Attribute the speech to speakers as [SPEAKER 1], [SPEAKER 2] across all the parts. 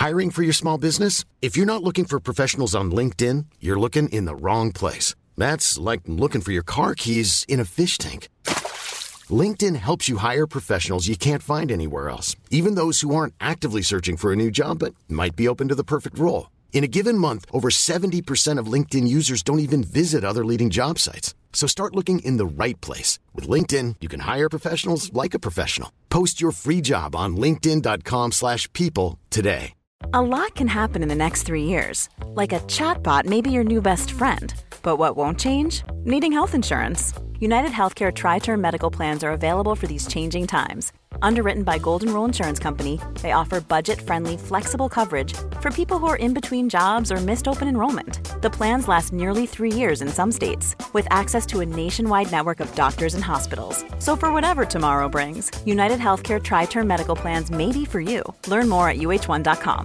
[SPEAKER 1] Hiring for your small business? If you're not looking for professionals on LinkedIn, you're looking in the wrong place. That's like looking for your car keys in a fish tank. LinkedIn helps you hire professionals you can't find anywhere else, even those who aren't actively searching for a new job but might be open to the perfect role. In a given month, over 70% of LinkedIn users don't even visit other leading job sites. So start looking in the right place. With LinkedIn, you can hire professionals like a professional. Post your free job on linkedin.com/people today.
[SPEAKER 2] A lot can happen in the next 3 years. Like a chatbot may be your new best friend. But what won't change? Needing health insurance. United Healthcare Tri-Term Medical Plans are available for these changing times. Underwritten by Golden Rule Insurance Company, they offer budget-friendly, flexible coverage for people who are in between jobs or missed open enrollment. The plans last nearly 3 years in some states, with access to a nationwide network of doctors and hospitals. So for whatever tomorrow brings, United Healthcare Tri-Term Medical Plans may be for you. Learn more at uh1.com.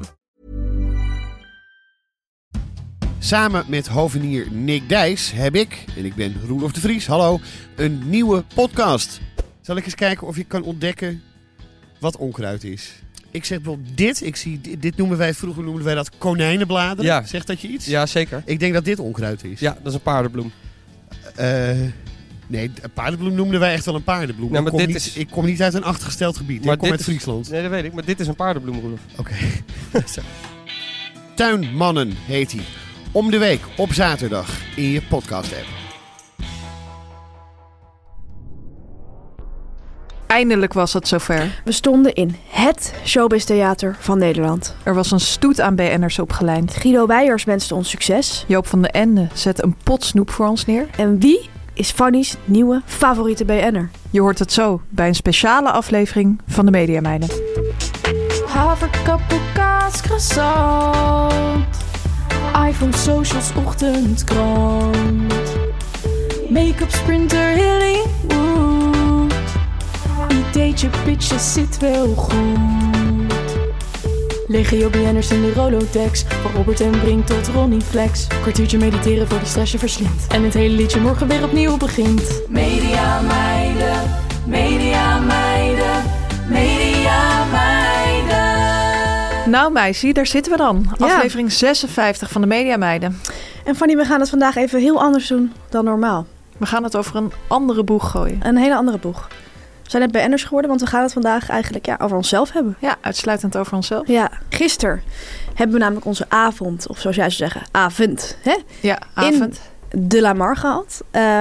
[SPEAKER 3] Samen met hovenier Nick Dijs heb ik, en ik ben Roelof de Vries, hallo, een nieuwe podcast. Zal ik eens kijken of je kan ontdekken wat onkruid is? Ik zeg bijvoorbeeld dit vroeger noemden wij dat konijnenbladeren.
[SPEAKER 4] Ja.
[SPEAKER 3] Zegt dat je iets?
[SPEAKER 4] Ja, zeker.
[SPEAKER 3] Ik denk dat dit onkruid is.
[SPEAKER 4] Ja, dat is een paardenbloem.
[SPEAKER 3] Nee, een paardenbloem noemden wij echt wel een paardenbloem.
[SPEAKER 4] Nou,
[SPEAKER 3] Ik kom niet uit een achtergesteld gebied. Ik kom uit Friesland.
[SPEAKER 4] Nee, dat weet ik. Maar dit is een paardenbloem, Roelof.
[SPEAKER 3] Oké. Tuinmannen heet hij. Om de week op zaterdag in je podcast-app.
[SPEAKER 5] Eindelijk was het zover.
[SPEAKER 6] We stonden in het showbiz-theater van Nederland.
[SPEAKER 5] Er was een stoet aan BN'ers opgelijnd.
[SPEAKER 6] Guido Weijers wenste ons succes.
[SPEAKER 5] Joop van den Ende zette een pot snoep voor ons neer.
[SPEAKER 6] En wie is Fanny's nieuwe favoriete BN'er?
[SPEAKER 5] Je hoort het zo bij een speciale aflevering van de Mediameiden.
[SPEAKER 7] Haverkappel, kaas, croissant. iPhone, socials, ochtendkrant. Make-up, sprinter, Hollywood. Ideetje, pitje, zit wel goed. Legio BN'ers in de Rolodex. Van Robert en Brink tot Ronnie Flex. Kwartiertje mediteren voor de stress je verslindt. En het hele liedje morgen weer opnieuw begint. Media meiden, media meiden, media meiden.
[SPEAKER 5] Nou meisje, daar zitten we dan.
[SPEAKER 6] Ja.
[SPEAKER 5] Aflevering 56 van de Mediameiden.
[SPEAKER 6] En Fanny, we gaan het vandaag even heel anders doen dan normaal.
[SPEAKER 5] We gaan het over een andere boeg gooien.
[SPEAKER 6] Een hele andere boeg. We zijn net BN'ers geworden, want we gaan het vandaag eigenlijk over onszelf hebben.
[SPEAKER 5] Ja, uitsluitend over onszelf.
[SPEAKER 6] Ja, gisteren hebben we namelijk onze avond, of zoals jij zou zeggen, avond, hè?
[SPEAKER 5] Ja, avond.
[SPEAKER 6] In De La Mar gehad.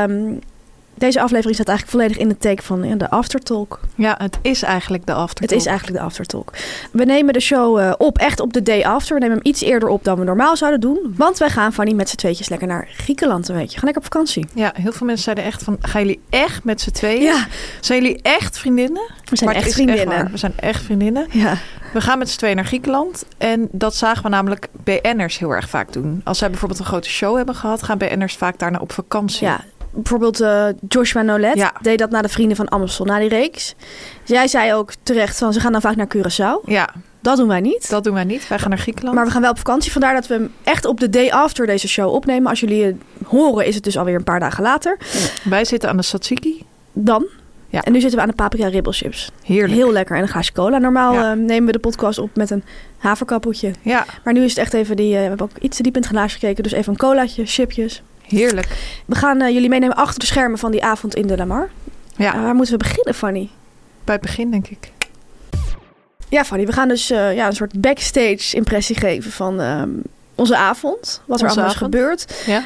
[SPEAKER 6] Deze aflevering staat eigenlijk volledig in het teken van de aftertalk.
[SPEAKER 5] Ja, het is eigenlijk de aftertalk.
[SPEAKER 6] Het is eigenlijk de aftertalk. We nemen de show op, echt op de day after. We nemen hem iets eerder op dan we normaal zouden doen. Want wij gaan, Fanny, met z'n tweetjes lekker naar Griekenland een weekje. Gaan lekker op vakantie.
[SPEAKER 5] Ja, heel veel mensen zeiden echt van, gaan jullie echt met z'n tweeën?
[SPEAKER 6] Ja.
[SPEAKER 5] Zijn jullie echt vriendinnen?
[SPEAKER 6] We zijn
[SPEAKER 5] Maar
[SPEAKER 6] echt
[SPEAKER 5] het is
[SPEAKER 6] vriendinnen.
[SPEAKER 5] waar. We zijn echt vriendinnen.
[SPEAKER 6] Ja.
[SPEAKER 5] We gaan met z'n tweeën naar Griekenland. En dat zagen we namelijk BN'ers heel erg vaak doen. Als zij bijvoorbeeld een grote show hebben gehad, gaan BN'ers vaak daarna op vakantie.
[SPEAKER 6] Ja. Bijvoorbeeld Joshua Nolet deed dat naar de Vrienden van Amstel, na die reeks. Jij zei ook terecht van, ze gaan dan vaak naar Curaçao.
[SPEAKER 5] Ja.
[SPEAKER 6] Dat doen wij niet.
[SPEAKER 5] Dat doen wij niet. Wij gaan naar Griekenland.
[SPEAKER 6] Maar we gaan wel op vakantie. Vandaar dat we hem echt op de day after deze show opnemen. Als jullie het horen, is het dus alweer een paar dagen later.
[SPEAKER 5] Wij zitten aan de tzatziki.
[SPEAKER 6] Dan.
[SPEAKER 5] Ja.
[SPEAKER 6] En nu zitten we aan de paprika ribbelchips.
[SPEAKER 5] Heerlijk.
[SPEAKER 6] Heel lekker. En een glaasje cola. Normaal nemen we de podcast op met een haverkappeltje.
[SPEAKER 5] Ja.
[SPEAKER 6] Maar nu is het echt even we hebben ook iets te diep in het glaasje gekeken. Dus even een colaatje, chipjes.
[SPEAKER 5] Heerlijk.
[SPEAKER 6] We gaan jullie meenemen achter de schermen van die avond in De La Mar.
[SPEAKER 5] Ja.
[SPEAKER 6] Waar moeten we beginnen, Fanny?
[SPEAKER 5] Bij het begin, denk ik.
[SPEAKER 6] Ja, Fanny. We gaan dus een soort backstage impressie geven van onze avond. Wat er allemaal is gebeurd.
[SPEAKER 5] Ja.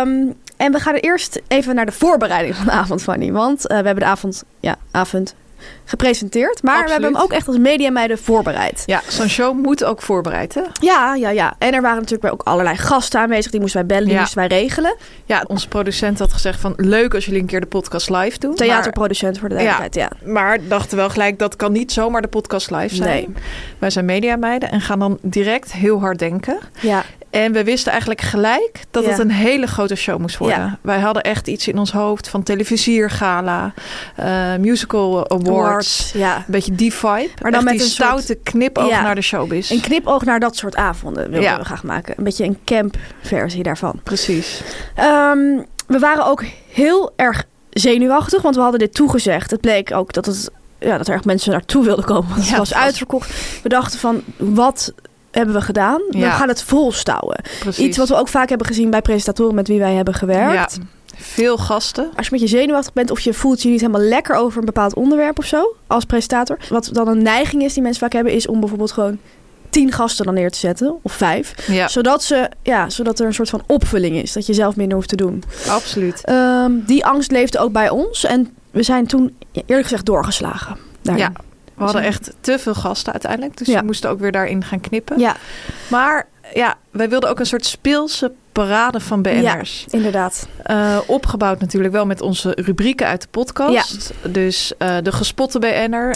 [SPEAKER 6] En we gaan eerst even naar de voorbereiding van de avond, Fanny. Want we hebben de avond gepresenteerd. Maar we hebben hem ook echt als Mediameiden voorbereid.
[SPEAKER 5] Ja, zo'n show moet ook voorbereid, hè?
[SPEAKER 6] Ja. En er waren natuurlijk ook allerlei gasten aanwezig. Die moesten wij bellen, die moesten wij regelen.
[SPEAKER 5] Ja, onze producent had gezegd van, leuk als jullie een keer de podcast live doen.
[SPEAKER 6] Theaterproducent voor de duidelijkheid, ja.
[SPEAKER 5] Maar dachten wel gelijk, dat kan niet zomaar de podcast live zijn.
[SPEAKER 6] Nee.
[SPEAKER 5] Wij zijn Mediameiden en gaan dan direct heel hard denken.
[SPEAKER 6] Ja.
[SPEAKER 5] En we wisten eigenlijk gelijk dat het een hele grote show moest worden. Ja. Wij hadden echt iets in ons hoofd van televisiergala, musical awards.
[SPEAKER 6] Ja.
[SPEAKER 5] Een beetje die vibe.
[SPEAKER 6] Maar dan met
[SPEAKER 5] die
[SPEAKER 6] een
[SPEAKER 5] stoute
[SPEAKER 6] soort
[SPEAKER 5] knipoog naar de showbiz.
[SPEAKER 6] Een knipoog naar dat soort avonden wilden we graag maken. Een beetje een campversie daarvan.
[SPEAKER 5] Precies.
[SPEAKER 6] We waren ook heel erg zenuwachtig, want we hadden dit toegezegd. Het bleek ook dat er echt mensen naartoe wilden komen. Want het was uitverkocht. We dachten van, wat hebben we gedaan. We gaan het volstouwen.
[SPEAKER 5] Precies.
[SPEAKER 6] Iets wat we ook vaak hebben gezien bij presentatoren met wie wij hebben gewerkt.
[SPEAKER 5] Ja. Veel gasten.
[SPEAKER 6] Als je met je zenuwachtig bent of je voelt je niet helemaal lekker over een bepaald onderwerp of zo, als presentator. Wat dan een neiging is die mensen vaak hebben, is om bijvoorbeeld gewoon 10 gasten dan neer te zetten. Of 5. Ja. Zodat er een soort van opvulling is. Dat je zelf minder hoeft te doen.
[SPEAKER 5] Absoluut.
[SPEAKER 6] Die angst leefde ook bij ons. En we zijn toen eerlijk gezegd doorgeslagen. Daarin.
[SPEAKER 5] Ja, we hadden echt te veel gasten uiteindelijk. Dus we moesten ook weer daarin gaan knippen. Ja. Maar wij wilden ook een soort speelse parade van BN'ers.
[SPEAKER 6] Ja, inderdaad.
[SPEAKER 5] Opgebouwd natuurlijk wel met onze rubrieken uit de podcast. Ja. Dus de gespotte BN'er.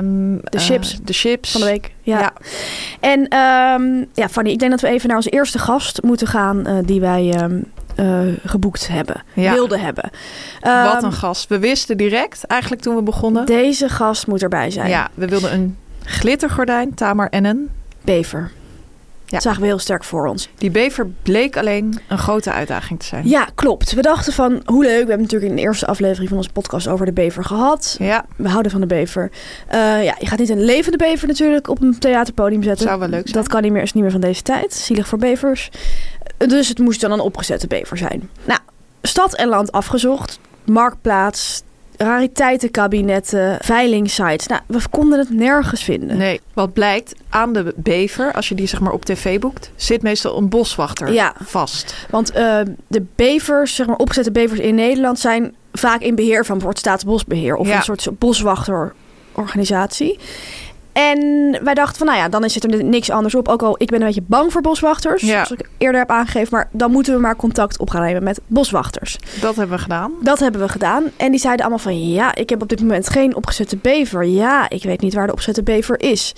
[SPEAKER 5] De chips
[SPEAKER 6] van de week. Ja. En Fanny, ik denk dat we even naar onze eerste gast moeten gaan die wij geboekt hebben. Wilden hebben.
[SPEAKER 5] Wat een gast. We wisten direct eigenlijk toen we begonnen.
[SPEAKER 6] Deze gast moet erbij zijn.
[SPEAKER 5] Ja, we wilden een glittergordijn, Tamar en een
[SPEAKER 6] bever. Ja. Dat zagen we heel sterk voor ons.
[SPEAKER 5] Die bever bleek alleen een grote uitdaging te zijn.
[SPEAKER 6] Ja, klopt. We dachten van, hoe leuk. We hebben natuurlijk in de eerste aflevering van onze podcast over de bever gehad. Ja. We houden van de bever. Je gaat niet een levende bever natuurlijk op een theaterpodium zetten.
[SPEAKER 5] Zou wel leuk zijn.
[SPEAKER 6] Dat kan niet meer, is niet meer van deze tijd. Zielig voor bevers. Dus het moest dan een opgezette bever zijn. Nou, stad en land afgezocht. Marktplaats, rariteitenkabinetten, veilingsites. Nou, we konden het nergens vinden.
[SPEAKER 5] Nee, wat blijkt, aan de bever, als je die zeg maar op tv boekt, zit meestal een boswachter vast.
[SPEAKER 6] Want de bevers, zeg maar opgezette bevers in Nederland, zijn vaak in beheer van bijvoorbeeld Staatsbosbeheer of een soort boswachterorganisatie. En wij dachten van, dan zit er niks anders op. Ook al, ik ben een beetje bang voor boswachters. Zoals ik eerder heb aangegeven. Maar dan moeten we maar contact op gaan nemen met boswachters.
[SPEAKER 5] Dat hebben we gedaan.
[SPEAKER 6] En die zeiden allemaal van, ik heb op dit moment geen opgezette bever. Ja, ik weet niet waar de opgezette bever is.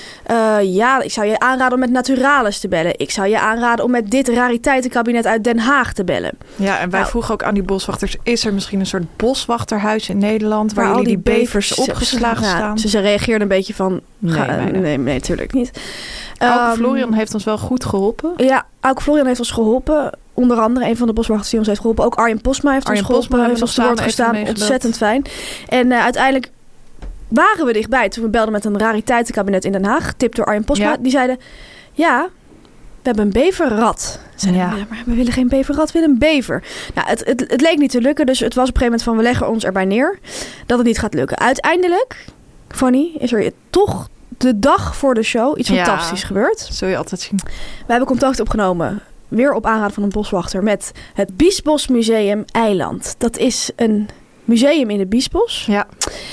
[SPEAKER 6] Ik zou je aanraden om met Naturalis te bellen. Ik zou je aanraden om met dit rariteitenkabinet uit Den Haag te bellen.
[SPEAKER 5] Ja, en wij vroegen ook aan die boswachters, is er misschien een soort boswachterhuis in Nederland waar jullie die bevers opgeslagen staan?
[SPEAKER 6] Ze reageerden een beetje van, nee, natuurlijk niet.
[SPEAKER 5] Auke Florian heeft ons wel goed geholpen.
[SPEAKER 6] Ja, Auke Florian heeft ons geholpen. Onder andere een van de boswachters die ons heeft geholpen. Ook Arjen Posma heeft ons geholpen. Heeft ons te woord gestaan. Ontzettend fijn. En uiteindelijk waren we dichtbij toen we belden met een rariteitenkabinet in Den Haag. Getipt door Arjen Posma. Ja. Die zeiden, we hebben een beverrat. Maar we willen geen beverrat, we willen een bever. Nou, het leek niet te lukken. Dus het was op een gegeven moment van, we leggen ons erbij neer dat het niet gaat lukken. Uiteindelijk, Fanny, is er toch de dag voor de show iets fantastisch gebeurd.
[SPEAKER 5] Zul je altijd zien.
[SPEAKER 6] We hebben contact opgenomen, weer op aanraden van een boswachter, met het Biesbos Museum Eiland. Dat is een museum in het Biesbos. Ja.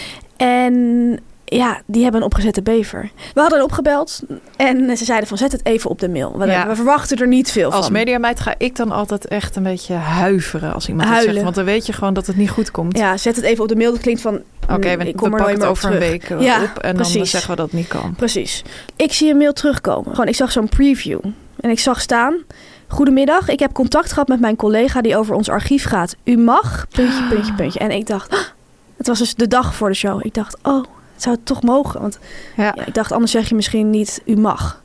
[SPEAKER 6] En die hebben een opgezette bever. We hadden er opgebeld en ze zeiden van, zet het even op de mail. We verwachten er niet veel van.
[SPEAKER 5] Als mediameid ga ik dan altijd echt een beetje huiveren als iemand het zegt. Want dan weet je gewoon dat het niet goed komt.
[SPEAKER 6] Ja, zet het even op de mail. Dat klinkt van,
[SPEAKER 5] oké, we pakken het over een week op en dan zeggen we dat het niet kan.
[SPEAKER 6] Precies. Ik zie een mail terugkomen. Gewoon, ik zag zo'n preview en ik zag staan: goedemiddag, ik heb contact gehad met mijn collega die over ons archief gaat. U mag, ... En ik dacht, het was dus de dag voor de show. Ik dacht, zou het toch mogen? Want ik dacht, anders zeg je misschien niet, u mag.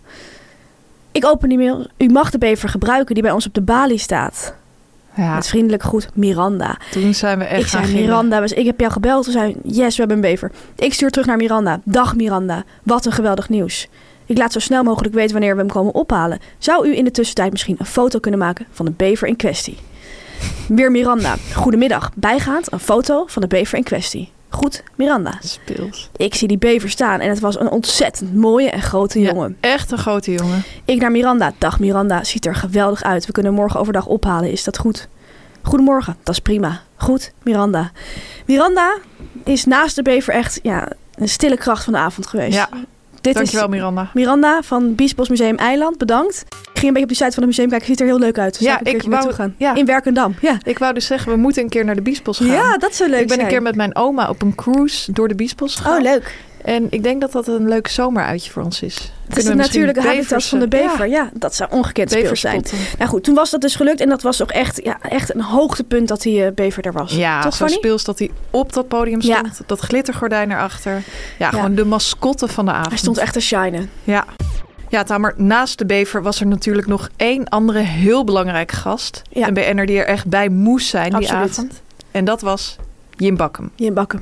[SPEAKER 6] Ik open die mail. U mag de bever gebruiken die bij ons op de balie staat. Ja. Met vriendelijk groet, Miranda.
[SPEAKER 5] Toen zijn we echt
[SPEAKER 6] Ik zei, Miranda, ik heb jou gebeld. We zeiden, yes, we hebben een bever. Ik stuur terug naar Miranda. Dag Miranda, wat een geweldig nieuws. Ik laat zo snel mogelijk weten wanneer we hem komen ophalen. Zou u in de tussentijd misschien een foto kunnen maken van de bever in kwestie? Weer Miranda. Goedemiddag. Bijgaand een foto van de bever in kwestie. Goed, Miranda.
[SPEAKER 5] Speels.
[SPEAKER 6] Ik zie die bever staan en het was een ontzettend mooie en grote jongen.
[SPEAKER 5] Echt een grote jongen.
[SPEAKER 6] Ik naar Miranda. Dag Miranda, ziet er geweldig uit. We kunnen hem morgen overdag ophalen. Is dat goed? Goedemorgen, dat is prima. Goed, Miranda. Miranda is naast de bever echt een stille kracht van de avond geweest.
[SPEAKER 5] Ja. Dankjewel, Miranda.
[SPEAKER 6] Miranda van Biesbos Museum Eiland, bedankt. Ik ging een beetje op de site van het museum kijken. Ziet er heel leuk uit. Dus ik wou naartoe gaan. Ja. In Werkendam. Ja.
[SPEAKER 5] Ik wou dus zeggen, we moeten een keer naar de Biesbos gaan.
[SPEAKER 6] Ja, dat zou leuk zijn.
[SPEAKER 5] Ik ben een keer met mijn oma op een cruise door de Biesbos gegaan.
[SPEAKER 6] Oh, leuk.
[SPEAKER 5] En ik denk dat dat een leuk zomeruitje voor ons is.
[SPEAKER 6] Het is de natuurlijke habitat van de bever. Ja, dat zou ongekend speels zijn. Nou goed, toen was dat dus gelukt. En dat was ook echt een hoogtepunt dat die bever er was.
[SPEAKER 5] Ja,
[SPEAKER 6] toch,
[SPEAKER 5] zo speels dat hij op dat podium stond. Ja. Dat glittergordijn erachter. Ja, gewoon de mascotte van de avond.
[SPEAKER 6] Hij stond echt te shinen.
[SPEAKER 5] Ja. Ja, Tamer, naast de bever was er natuurlijk nog één andere heel belangrijke gast. Ja. Een BN'er die er echt bij moest zijn die avond. En dat was Jim Bakkum.
[SPEAKER 6] Jim Bakkum.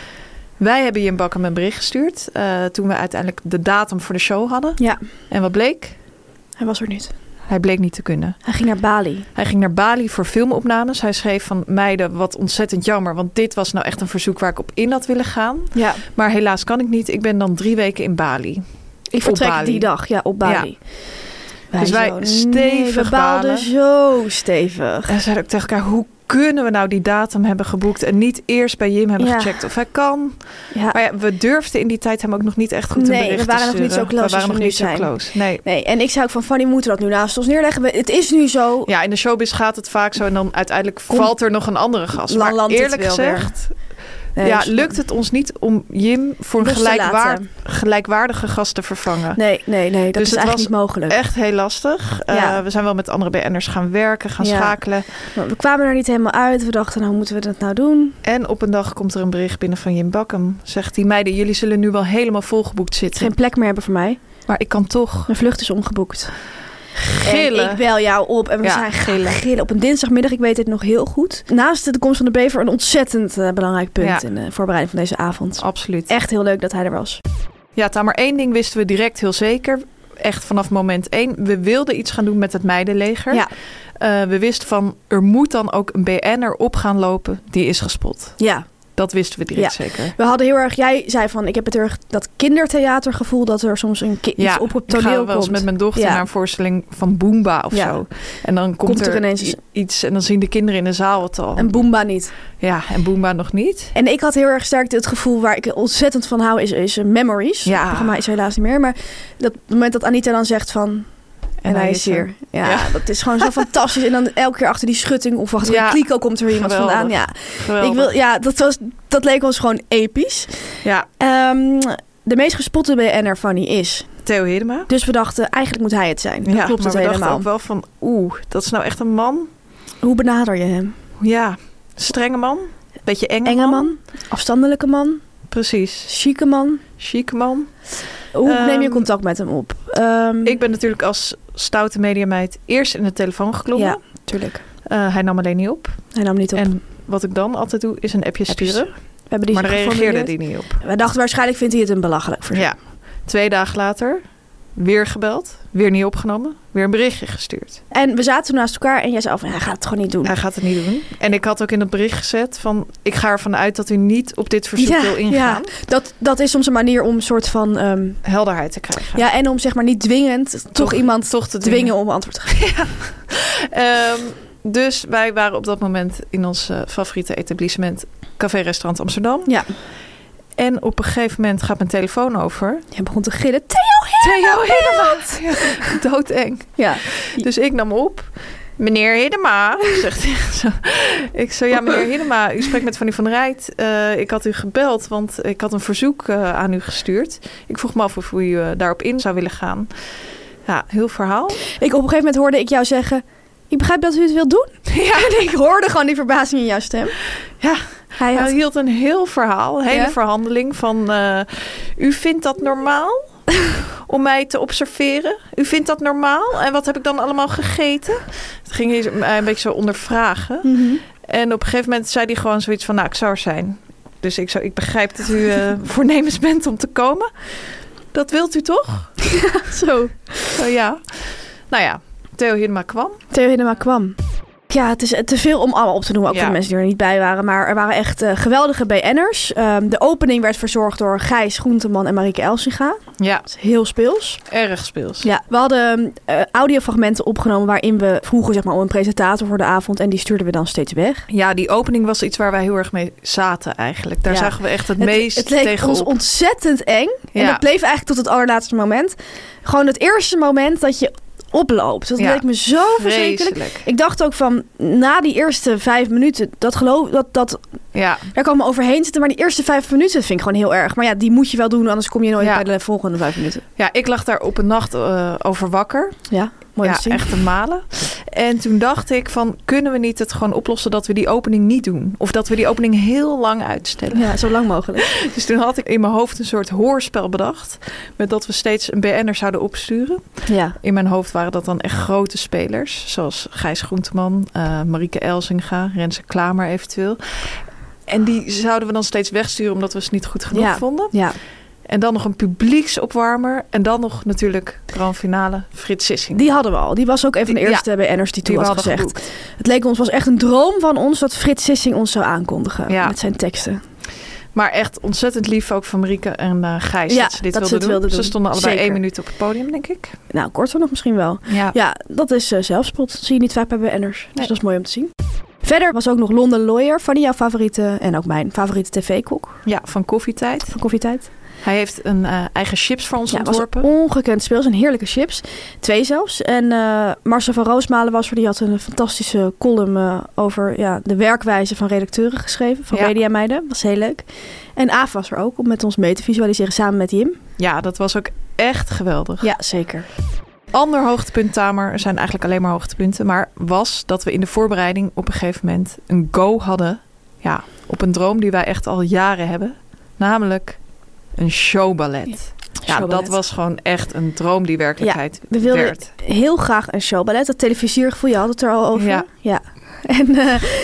[SPEAKER 5] Wij hebben Jim Bakkum een bericht gestuurd toen we uiteindelijk de datum voor de show hadden. Ja. En wat bleek?
[SPEAKER 6] Hij was er niet.
[SPEAKER 5] Hij bleek niet te kunnen.
[SPEAKER 6] Hij ging naar Bali.
[SPEAKER 5] Hij ging naar Bali voor filmopnames. Hij schreef van meiden, wat ontzettend jammer. Want dit was nou echt een verzoek waar ik op in had willen gaan.
[SPEAKER 6] Ja.
[SPEAKER 5] Maar helaas kan ik niet. Ik ben dan 3 weken in Bali.
[SPEAKER 6] Ik vertrek die dag, op Bali.
[SPEAKER 5] Ja. Dus wij stevig
[SPEAKER 6] we baalden zo stevig.
[SPEAKER 5] En zeiden ook tegen elkaar, hoe kunnen we nou die datum hebben geboekt en niet eerst bij Jim hebben gecheckt of hij kan. Ja. Maar we durfden in die tijd hem ook nog niet echt goed een bericht te sturen.
[SPEAKER 6] We waren nog niet zo close.
[SPEAKER 5] We waren nog niet zo close. Nee.
[SPEAKER 6] En ik zei ook van Fanny, moeten we dat nu naast ons neerleggen? Het is nu zo.
[SPEAKER 5] Ja, in de showbiz gaat het vaak zo en dan uiteindelijk valt er nog een andere gast. Maar eerlijk gezegd, lukt het ons niet om Jim voor een gelijkwaardige gast te vervangen.
[SPEAKER 6] Nee, dat is eigenlijk niet mogelijk.
[SPEAKER 5] Echt heel lastig. We zijn wel met andere BN'ers gaan werken, gaan schakelen.
[SPEAKER 6] Maar we kwamen er niet helemaal uit. We dachten, nou moeten we dat nou doen?
[SPEAKER 5] En op een dag komt er een bericht binnen van Jim Bakkum. Zegt hij, meiden, jullie zullen nu wel helemaal volgeboekt zitten.
[SPEAKER 6] Geen plek meer hebben voor mij.
[SPEAKER 5] Maar ik kan toch.
[SPEAKER 6] Mijn vlucht is omgeboekt.
[SPEAKER 5] Gillen.
[SPEAKER 6] En ik bel jou op en we zijn gillen. Op een dinsdagmiddag, ik weet het nog heel goed. Naast de komst van de bever een ontzettend belangrijk punt in de voorbereiding van deze avond.
[SPEAKER 5] Absoluut.
[SPEAKER 6] Echt heel leuk dat hij er was.
[SPEAKER 5] Ja, maar 1 ding wisten we direct heel zeker. Echt vanaf moment 1. We wilden iets gaan doen met het meidenleger. Ja. We wisten van, er moet dan ook een BN'er op gaan lopen. Die is gespot. Ja. Dat wisten we direct zeker.
[SPEAKER 6] We hadden heel erg, jij zei van, ik heb het heel erg dat kindertheatergevoel dat er soms iets op het toneel komt.
[SPEAKER 5] Ik ga wel eens met mijn dochter naar een voorstelling van Boomba of zo. En dan komt er ineens iets en dan zien de kinderen in de zaal het al.
[SPEAKER 6] En Boomba niet.
[SPEAKER 5] Ja, en Boomba nog niet.
[SPEAKER 6] En ik had heel erg sterk het gevoel waar ik ontzettend van hou is Memories. Ja. Het programma is helaas niet meer. Maar dat moment dat Anita dan zegt van... En hij is hier. Ja, dat is gewoon zo fantastisch. En dan elke keer achter die schutting of achter die kliko komt er iemand vandaan. Ja, dat leek ons gewoon episch. Ja. De meest gespotte BN'er Fanny is
[SPEAKER 5] Theo Hiddema.
[SPEAKER 6] Dus we dachten, eigenlijk moet hij het zijn. Dat klopt het helemaal.
[SPEAKER 5] We dachten ook wel van, dat is nou echt een man.
[SPEAKER 6] Hoe benader je hem?
[SPEAKER 5] Ja, strenge man. Beetje enge
[SPEAKER 6] man. Afstandelijke man.
[SPEAKER 5] Precies.
[SPEAKER 6] Chique man. Hoe neem je contact met hem op?
[SPEAKER 5] Ik ben natuurlijk als stoute mediameid eerst in de telefoon geklommen.
[SPEAKER 6] Ja, tuurlijk.
[SPEAKER 5] Hij nam alleen niet op.
[SPEAKER 6] op.
[SPEAKER 5] En wat ik dan altijd doe, is een appje sturen. Maar daar reageerde hij niet op.
[SPEAKER 6] We dachten waarschijnlijk vindt hij het een belachelijk verzoek.
[SPEAKER 5] Ja. 2 dagen later, weer gebeld. Weer niet opgenomen. Weer een berichtje gestuurd.
[SPEAKER 6] En we zaten toen naast elkaar en jij zei van, hij gaat het gewoon niet doen.
[SPEAKER 5] Hij gaat het niet doen. En ik had ook in het bericht gezet van, ik ga ervan uit dat u niet op dit verzoek wil ingaan.
[SPEAKER 6] Ja, dat is soms een manier om een soort van...
[SPEAKER 5] helderheid te krijgen.
[SPEAKER 6] Ja, en om zeg maar niet dwingend toch iemand te dwingen om antwoord te geven.
[SPEAKER 5] Ja. Dus wij waren op dat moment in ons favoriete etablissement Café-restaurant Amsterdam. Ja. En op een gegeven moment gaat mijn telefoon over.
[SPEAKER 6] Je begon te gillen. Theo Hiddema!
[SPEAKER 5] Ja, doodeng.
[SPEAKER 6] Ja.
[SPEAKER 5] Dus ik nam op. Meneer Hiddema, zegt hij zo. Ik zo, ja, meneer Hiddema, u spreekt met Fanny van der Rijt. Ik had u gebeld, want ik had een verzoek aan u gestuurd. Ik vroeg me af of u daarop in zou willen gaan. Ja, heel verhaal.
[SPEAKER 6] Op een gegeven moment hoorde ik jou zeggen... Ik begrijp dat u het wilt doen. Ja. En ik hoorde gewoon die verbazing in jouw stem.
[SPEAKER 5] Ja, hij hield een heel verhaal, een hele verhandeling van... u vindt dat normaal om mij te observeren? U vindt dat normaal? En wat heb ik dan allemaal gegeten? Het ging hij een beetje zo ondervragen. Mm-hmm. En op een gegeven moment zei hij gewoon zoiets van... Nou, ik zou er zijn. Dus ik begrijp dat u voornemens bent om te komen. Dat wilt u toch?
[SPEAKER 6] Ja, zo.
[SPEAKER 5] Ja. Nou ja. Theo
[SPEAKER 6] Hiddema kwam. Ja, het is te veel om allemaal op te noemen. Ook voor de mensen die er niet bij waren. Maar er waren echt geweldige BN'ers. De opening werd verzorgd door Gijs Groenteman en Marieke Elsinga. Ja. Dat is heel speels.
[SPEAKER 5] Erg speels.
[SPEAKER 6] Ja, we hadden audiofragmenten opgenomen waarin we vroegen zeg maar, om een presentator voor de avond. En die stuurden we dan steeds weg.
[SPEAKER 5] Ja, die opening was iets waar wij heel erg mee zaten eigenlijk. Daar zagen we echt het meest tegenop.
[SPEAKER 6] Het leek ons ontzettend eng. En dat bleef eigenlijk tot het allerlaatste moment. Gewoon het eerste moment dat je... oploopt. Dat leek me zo verschrikkelijk. Ik dacht ook van, na die eerste 5 minuten, daar kan me overheen zitten, maar die eerste 5 minuten vind ik gewoon heel erg. Maar ja, die moet je wel doen, anders kom je nooit bij de volgende 5 minuten.
[SPEAKER 5] Ja, ik lag daar op een nacht over wakker.
[SPEAKER 6] Ja, mooi te zien.
[SPEAKER 5] Echt te malen. En toen dacht ik van, kunnen we niet het gewoon oplossen dat we die opening niet doen? Of dat we die opening heel lang uitstellen?
[SPEAKER 6] Ja, zo lang mogelijk.
[SPEAKER 5] Dus toen had ik in mijn hoofd een soort hoorspel bedacht. Met dat we steeds een BN'er zouden opsturen. Ja. In mijn hoofd waren dat dan echt grote spelers. Zoals Gijs Groenteman, Marieke Elsinga, Renze Klamer eventueel. En die zouden we dan steeds wegsturen omdat we ze niet goed genoeg vonden. Ja. En dan nog een publieksopwarmer. En dan nog natuurlijk grand finale Frits Sissing.
[SPEAKER 6] Die hadden we al. Die was ook een van de eerste BN'ers die toen had gezegd.
[SPEAKER 5] Geboekt.
[SPEAKER 6] Het leek ons, was echt een droom van ons dat Frits Sissing ons zou aankondigen met zijn teksten.
[SPEAKER 5] Maar echt ontzettend lief ook van Marieke en Gijs dat ze dit wilden doen. Ze stonden allebei 1 minuut op het podium, denk ik.
[SPEAKER 6] Nou, korter nog misschien wel. Ja, dat is zelfspot. Dat zie je niet vaak bij BN'ers. Nee. Dus dat is mooi om te zien. Verder was ook nog London Lawyer, Fanny, jouw favoriete en ook mijn favoriete tv-kok.
[SPEAKER 5] Ja, van Koffietijd. Hij heeft een eigen chips voor ons ontworpen.
[SPEAKER 6] Was ongekend speels. Een heerlijke chips. 2 zelfs. En Marcel van Roosmalen was er. Die had een fantastische column over de werkwijze van redacteuren geschreven. Van Mediameiden. Was heel leuk. En Aaf was er ook om met ons mee te visualiseren samen met Jim.
[SPEAKER 5] Ja, dat was ook echt geweldig.
[SPEAKER 6] Ja, zeker.
[SPEAKER 5] Ander hoogtepunt, Tamer, er zijn eigenlijk alleen maar hoogtepunten, maar was dat we in de voorbereiding op een gegeven moment een go hadden op een droom die wij echt al jaren hebben. Namelijk een showballet. Ja, dat was gewoon echt een droom die werkelijkheid
[SPEAKER 6] werd. We wilden heel graag een showballet. Dat televisiergevoel, je had het er al over. Ja. En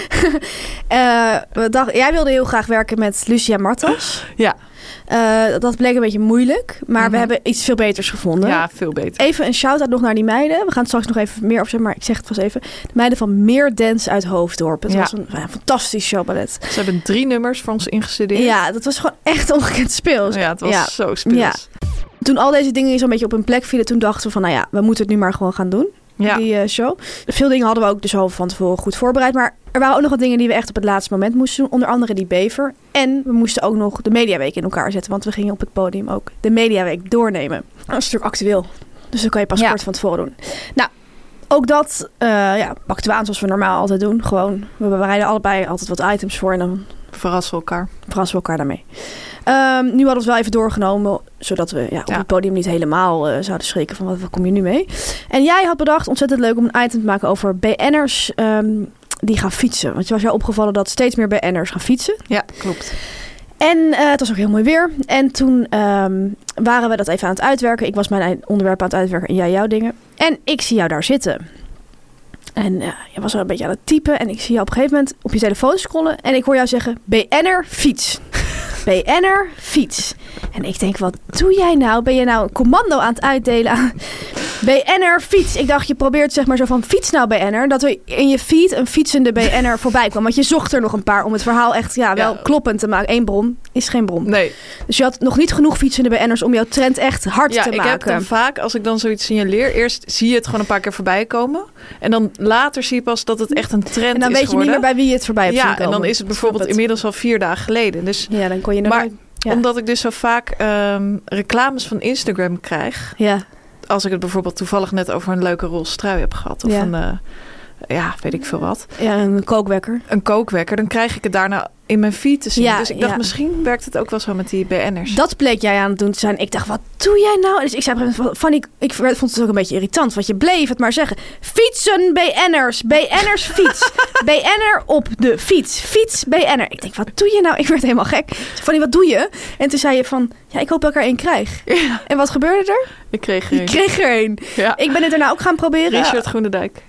[SPEAKER 6] jij wilde heel graag werken met Lucia Martens.
[SPEAKER 5] Ja.
[SPEAKER 6] Dat bleek een beetje moeilijk. Maar we hebben iets veel beters gevonden.
[SPEAKER 5] Ja, veel beter.
[SPEAKER 6] Even een shout-out nog naar die meiden. We gaan het straks nog even meer over zeggen. Maar ik zeg het vast even. De meiden van Meer Dance uit Hoofddorp. Het was een fantastisch showballet.
[SPEAKER 5] Ze hebben 3 nummers voor ons ingestudeerd.
[SPEAKER 6] Ja, dat was gewoon echt ongekend speels.
[SPEAKER 5] Ja, het was zo speels. Ja.
[SPEAKER 6] Toen al deze dingen zo'n beetje op hun plek vielen. Toen dachten we van, we moeten het nu maar gewoon gaan doen.
[SPEAKER 5] Ja.
[SPEAKER 6] Die show. Veel dingen hadden we ook dus al van tevoren goed voorbereid. Maar er waren ook nog wat dingen die we echt op het laatste moment moesten doen. Onder andere die bever. En we moesten ook nog de Mediaweek in elkaar zetten. Want we gingen op het podium ook de Mediaweek doornemen. Dat is natuurlijk actueel. Dus dan kan je pas kort van tevoren doen. Nou, ook dat pakten we aan zoals we normaal altijd doen. Gewoon, we bereiden allebei altijd wat items voor. En dan
[SPEAKER 5] verrassen we elkaar
[SPEAKER 6] daarmee. Nu hadden we het wel even doorgenomen, zodat we op het podium niet helemaal zouden schrikken van wat kom je nu mee. En jij had bedacht, ontzettend leuk om een item te maken over BN'ers die gaan fietsen. Want je was jou opgevallen dat steeds meer BN'ers gaan fietsen.
[SPEAKER 5] Ja, klopt.
[SPEAKER 6] En het was ook heel mooi weer. En toen waren we dat even aan het uitwerken. Ik was mijn onderwerp aan het uitwerken en jij jouw dingen. En ik zie jou daar zitten. En je was al een beetje aan het typen. En ik zie jou op een gegeven moment op je telefoon scrollen. En ik hoor jou zeggen, BN'er fiets. BN'er fiets. En ik denk, wat doe jij nou? Ben je nou een commando aan het uitdelen aan BN'er fiets? Ik dacht, je probeert zeg maar zo van fiets nou BN'er. Dat er in je feed een fietsende BN'er voorbij kwam. Want je zocht er nog een paar om het verhaal echt wel kloppend te maken. 1 bron is geen bron.
[SPEAKER 5] Nee.
[SPEAKER 6] Dus je had nog niet genoeg fietsende BN'ers om jouw trend echt hard te maken.
[SPEAKER 5] Ja, ik heb dan vaak, als ik dan zoiets signaleer, eerst zie je het gewoon een paar keer voorbij komen. En dan later zie je pas dat het echt een trend is geworden.
[SPEAKER 6] En dan weet je niet meer bij wie je het voorbij hebt zien komen.
[SPEAKER 5] En dan is het bijvoorbeeld inmiddels al 4 dagen geleden. Dus,
[SPEAKER 6] ja, dan kon je
[SPEAKER 5] omdat ik dus zo vaak reclames van Instagram krijg.
[SPEAKER 6] Ja.
[SPEAKER 5] Als ik het bijvoorbeeld toevallig net over een leuke roze trui heb gehad. Of weet ik veel wat.
[SPEAKER 6] Ja, een kookwekker.
[SPEAKER 5] Een kookwekker. Dan krijg ik het daarna in mijn feed te zien. Ja, dus ik dacht, misschien werkt het ook wel zo met die BN'ers.
[SPEAKER 6] Dat bleek jij aan het doen te zijn. Ik dacht, wat doe jij nou? Dus ik zei, ik vond het ook een beetje irritant. Want je bleef het maar zeggen. Fietsen BN'ers. BN'ers fiets. BN'er op de fiets. Fiets BN'er. Ik denk, wat doe je nou? Ik werd helemaal gek. Fanny, wat doe je? En toen zei je van, ik hoop dat ik er 1 krijg. Ja. En wat gebeurde er?
[SPEAKER 5] Ik kreeg er 1.
[SPEAKER 6] Je kreeg er 1. Ja. Ik ben het daarna ook gaan proberen.
[SPEAKER 5] Richard Groenendijk.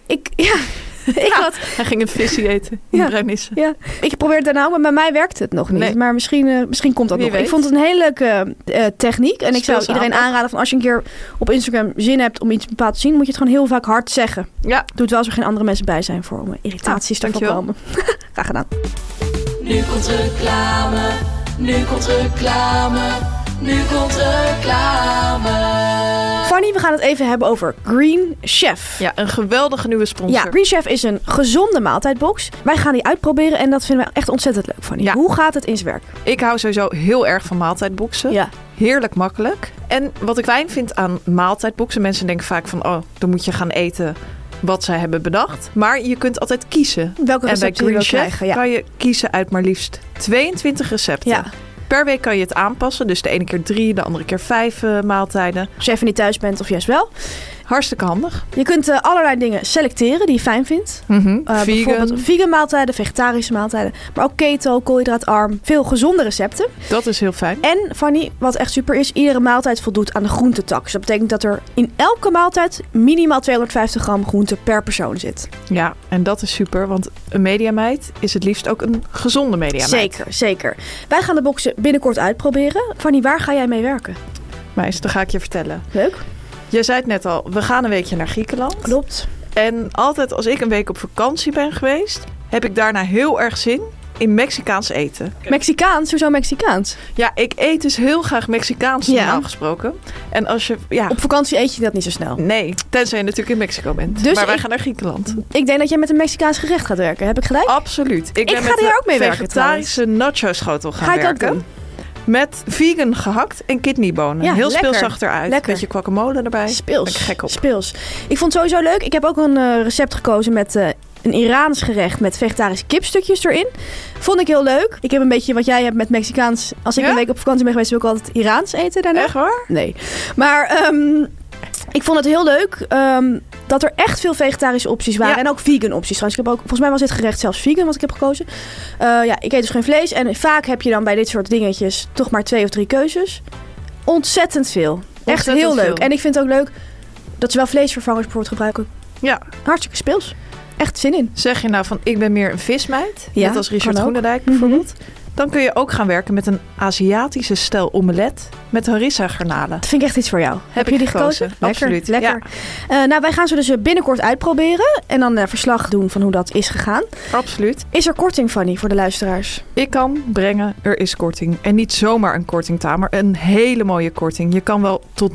[SPEAKER 5] Hij ging een visie eten in Bruinissen.
[SPEAKER 6] Ja. Ik probeer het daarna, maar bij mij werkt het nog niet. Nee. Maar misschien komt dat nog. Weet. Ik vond het een hele leuke techniek. En ik zou iedereen aanraden van als je een keer op Instagram zin hebt om iets bepaald te zien, moet je het gewoon heel vaak hard zeggen. Ja. Doe het wel als er geen andere mensen bij zijn voor om irritaties te voorkomen. Graag gedaan.
[SPEAKER 7] Nu komt reclame. Nu komt reclame. Nu komt reclame.
[SPEAKER 6] Fanny, we gaan het even hebben over Green Chef.
[SPEAKER 5] Ja, een geweldige nieuwe sponsor.
[SPEAKER 6] Ja, Green Chef is een gezonde maaltijdbox. Wij gaan die uitproberen en dat vinden we echt ontzettend leuk, Fanny. Ja. Hoe gaat het in zijn werk?
[SPEAKER 5] Ik hou sowieso heel erg van maaltijdboxen. Ja. Heerlijk makkelijk. En wat ik fijn vind aan maaltijdboxen, mensen denken vaak van, dan moet je gaan eten wat zij hebben bedacht. Maar je kunt altijd kiezen.
[SPEAKER 6] Welke recepten je wil krijgen.
[SPEAKER 5] Kan je kiezen uit maar liefst 22 recepten. Ja. Per week kan je het aanpassen. Dus de ene keer 3, de andere keer 5 maaltijden.
[SPEAKER 6] Als je even niet thuis bent of juist wel.
[SPEAKER 5] Hartstikke handig.
[SPEAKER 6] Je kunt allerlei dingen selecteren die je fijn vindt. Bijvoorbeeld vegan maaltijden, vegetarische maaltijden. Maar ook keto, koolhydraatarm. Veel gezonde recepten.
[SPEAKER 5] Dat is heel fijn.
[SPEAKER 6] En Fanny, wat echt super is, iedere maaltijd voldoet aan de groentetak. Dus dat betekent dat er in elke maaltijd minimaal 250 gram groente per persoon zit.
[SPEAKER 5] Ja, en dat is super, want een mediameid is het liefst ook een gezonde mediameid.
[SPEAKER 6] Zeker. Wij gaan de boxen binnenkort uitproberen. Fanny, waar ga jij mee werken?
[SPEAKER 5] Meis, dat ga ik je vertellen.
[SPEAKER 6] Leuk.
[SPEAKER 5] Je zei het net al, we gaan een weekje naar Griekenland.
[SPEAKER 6] Klopt.
[SPEAKER 5] En altijd als ik een week op vakantie ben geweest, heb ik daarna heel erg zin in Mexicaans eten.
[SPEAKER 6] Mexicaans? Hoezo Mexicaans?
[SPEAKER 5] Ja, ik eet dus heel graag Mexicaans normaal gesproken. En als je... Ja,
[SPEAKER 6] op vakantie eet je dat niet zo snel?
[SPEAKER 5] Nee, tenzij je natuurlijk in Mexico bent.
[SPEAKER 6] Dus
[SPEAKER 5] maar wij gaan naar Griekenland.
[SPEAKER 6] Ik denk dat jij met een Mexicaans gerecht gaat werken. Heb ik gelijk?
[SPEAKER 5] Absoluut. Ik ben
[SPEAKER 6] ga er ook mee werken.
[SPEAKER 5] Vegetarische nacho-schotel gaan werken.
[SPEAKER 6] Ga ik ook doen.
[SPEAKER 5] Met vegan gehakt en kidneybonen.
[SPEAKER 6] Ja,
[SPEAKER 5] heel
[SPEAKER 6] lekker.
[SPEAKER 5] speels eruit.
[SPEAKER 6] Lekker.
[SPEAKER 5] Beetje guacamole erbij.
[SPEAKER 6] Speels.
[SPEAKER 5] Ben ik gek op.
[SPEAKER 6] Speels. Ik vond het sowieso leuk. Ik heb ook een recept gekozen met een Iraans gerecht met vegetarische kipstukjes erin. Vond ik heel leuk. Ik heb een beetje wat jij hebt met Mexicaans. Als ik een week op vakantie ben geweest, wil ik altijd Iraans eten daarna.
[SPEAKER 5] Echt waar?
[SPEAKER 6] Nee. Maar ik vond het heel leuk dat er echt veel vegetarische opties waren. Ja. En ook vegan opties. Trouwens, ik heb ook, volgens mij was dit gerecht zelfs vegan wat ik heb gekozen. Ik eet dus geen vlees. En vaak heb je dan bij dit soort dingetjes toch maar 2 of 3 keuzes. Ontzettend veel. Echt heel leuk. En ik vind het ook leuk dat ze wel vleesvervangers bijvoorbeeld gebruiken.
[SPEAKER 5] Ja.
[SPEAKER 6] Hartstikke speels. Echt zin in.
[SPEAKER 5] Zeg je nou van, ik ben meer een vismeid?
[SPEAKER 6] Ja,
[SPEAKER 5] net als Richard Groenendijk bijvoorbeeld. Dan kun je ook gaan werken met een Aziatische stijl omelet met harissa garnalen.
[SPEAKER 6] Dat vind ik echt iets voor jou. Heb je die gekozen?
[SPEAKER 5] Absoluut.
[SPEAKER 6] Lekker. Ja. Wij gaan ze dus binnenkort uitproberen. En dan verslag doen van hoe dat is gegaan.
[SPEAKER 5] Absoluut.
[SPEAKER 6] Is er korting, Fanny, voor de luisteraars?
[SPEAKER 5] Ik kan brengen, er is korting. En niet zomaar een korting, Tamer. Een hele mooie korting. Je kan wel tot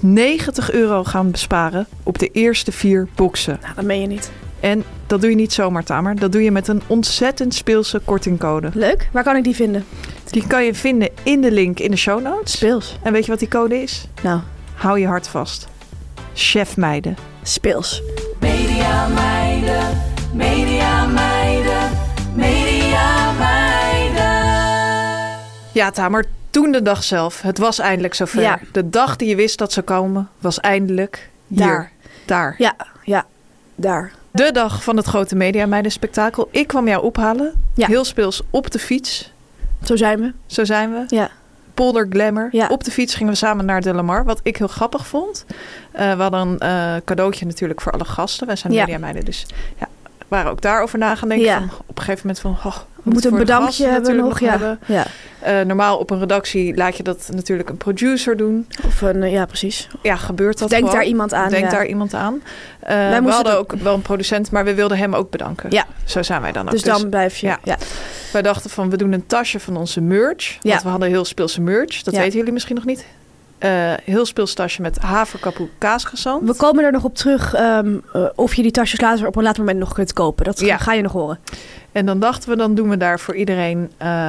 [SPEAKER 5] €90 gaan besparen op de eerste 4 boxen.
[SPEAKER 6] Nou, dat meen je niet.
[SPEAKER 5] En dat doe je niet zomaar, Tamer. Dat doe je met een ontzettend speelse kortingcode.
[SPEAKER 6] Leuk. Waar kan ik die vinden?
[SPEAKER 5] Die kan je vinden in de link in de show notes.
[SPEAKER 6] Speels.
[SPEAKER 5] En weet je wat die code is?
[SPEAKER 6] Nou.
[SPEAKER 5] Hou je hart vast. Chef Meiden.
[SPEAKER 6] Speels.
[SPEAKER 7] Media Meiden, Media Meiden, Media Meiden.
[SPEAKER 5] Ja, Tamer, toen de dag zelf. Het was eindelijk zover. Ja. De dag die je wist dat zou komen, was eindelijk hier. Daar.
[SPEAKER 6] Ja, daar.
[SPEAKER 5] De dag van het grote Media Meiden spektakel. Ik kwam jou ophalen. Ja. Heel speels op de fiets.
[SPEAKER 6] Zo zijn we. Ja.
[SPEAKER 5] Polder Glamour. Ja. Op de fiets gingen we samen naar De Lamar. Wat ik heel grappig vond. We hadden een cadeautje natuurlijk voor alle gasten. Wij zijn Media Meiden, dus ja, we waren ook daarover na gaan denken. Van, op een gegeven moment van... we
[SPEAKER 6] moeten een bedankje hebben nog.
[SPEAKER 5] Ja. Normaal op een redactie laat je dat natuurlijk een producer doen.
[SPEAKER 6] Of een, precies.
[SPEAKER 5] Ja, gebeurt dat
[SPEAKER 6] Denk
[SPEAKER 5] gewoon.
[SPEAKER 6] daar iemand aan.
[SPEAKER 5] Daar iemand aan. We hadden ook wel een producent, maar we wilden hem ook bedanken. Ja. Zo zijn wij dan ook.
[SPEAKER 6] Dus dan blijf je. Ja.
[SPEAKER 5] Wij dachten van, we doen een tasje van onze merch. Want we hadden heel speelse merch. Dat weten jullie misschien nog niet. Heel speels tasje met haverkapoe kaasgezand.
[SPEAKER 6] We komen er nog op terug of je die tasjes later op een later moment nog kunt kopen. Dat ga je nog horen.
[SPEAKER 5] En dan dachten we, dan doen we daar voor iedereen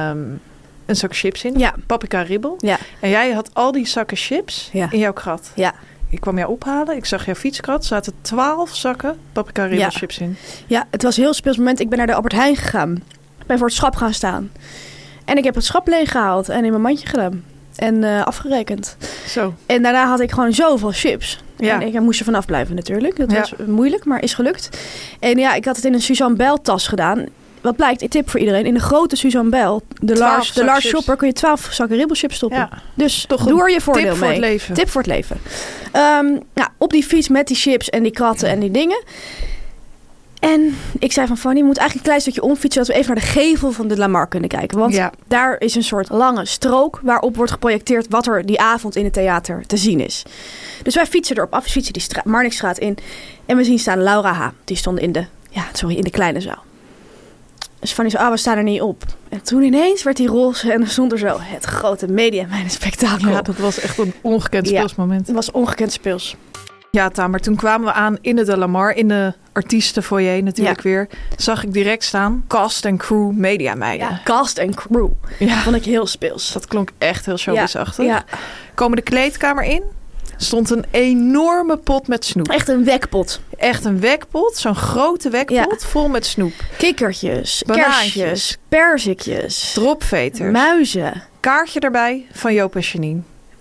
[SPEAKER 5] een zak chips in. Ja. Paprika ribbel. Ja. En jij had al die zakken chips in jouw krat. Ja. Ik kwam jou ophalen. Ik zag jouw fietskrat. Er zaten 12 zakken paprika ribbel chips in.
[SPEAKER 6] Ja, het was een heel speels moment. Ik ben naar de Albert Heijn gegaan. Ik ben voor het schap gaan staan. En ik heb het schap leeg gehaald en in mijn mandje gedaan. En afgerekend.
[SPEAKER 5] Zo.
[SPEAKER 6] En daarna had ik gewoon zoveel chips. Ja. En ik moest er vanaf blijven natuurlijk. Dat was moeilijk, maar is gelukt. En ja, ik had het in een Suzanne Bijl tas gedaan. Wat blijkt, een tip voor iedereen. In de grote Suzanne Bijl, de Lars Shopper, kun je 12 zakken ribbelchips stoppen. Ja. Dus toch doe er je voordeel
[SPEAKER 5] tip
[SPEAKER 6] mee.
[SPEAKER 5] Voor het leven.
[SPEAKER 6] Tip voor het leven. Op die fiets met die chips en die kratten en die dingen. En ik zei van Fanny, je moet eigenlijk een klein stukje omfietsen, zodat we even naar de gevel van de Lamar kunnen kijken. Want daar is een soort lange strook waarop wordt geprojecteerd wat er die avond in het theater te zien is. Dus wij fietsen erop af, we fietsen die Marnixstraat in. En we zien staan Laura H. Die stond in de kleine zaal. Dus Fanny zei, we staan er niet op. En toen ineens werd die roze en er stond er zo het grote Media Meiden spektakel.
[SPEAKER 5] Ja, dat was echt een ongekend speels moment.
[SPEAKER 6] Het was ongekend speels.
[SPEAKER 5] Ja, Tamer, toen kwamen we aan in de Lamar, in de artiestenfoyer natuurlijk weer. Zag ik direct staan, cast en crew Media Meiden.
[SPEAKER 6] Ja, cast en crew. Ja. Vond ik heel speels.
[SPEAKER 5] Dat klonk echt heel showbizachtig. Ja. Komen de kleedkamer in, stond een enorme pot met snoep.
[SPEAKER 6] Echt een wekpot.
[SPEAKER 5] Echt een wekpot, zo'n grote wekpot vol met snoep.
[SPEAKER 6] Kikkertjes, kersjes, perzikjes,
[SPEAKER 5] dropveters,
[SPEAKER 6] muizen.
[SPEAKER 5] Kaartje erbij van Joop en Janine.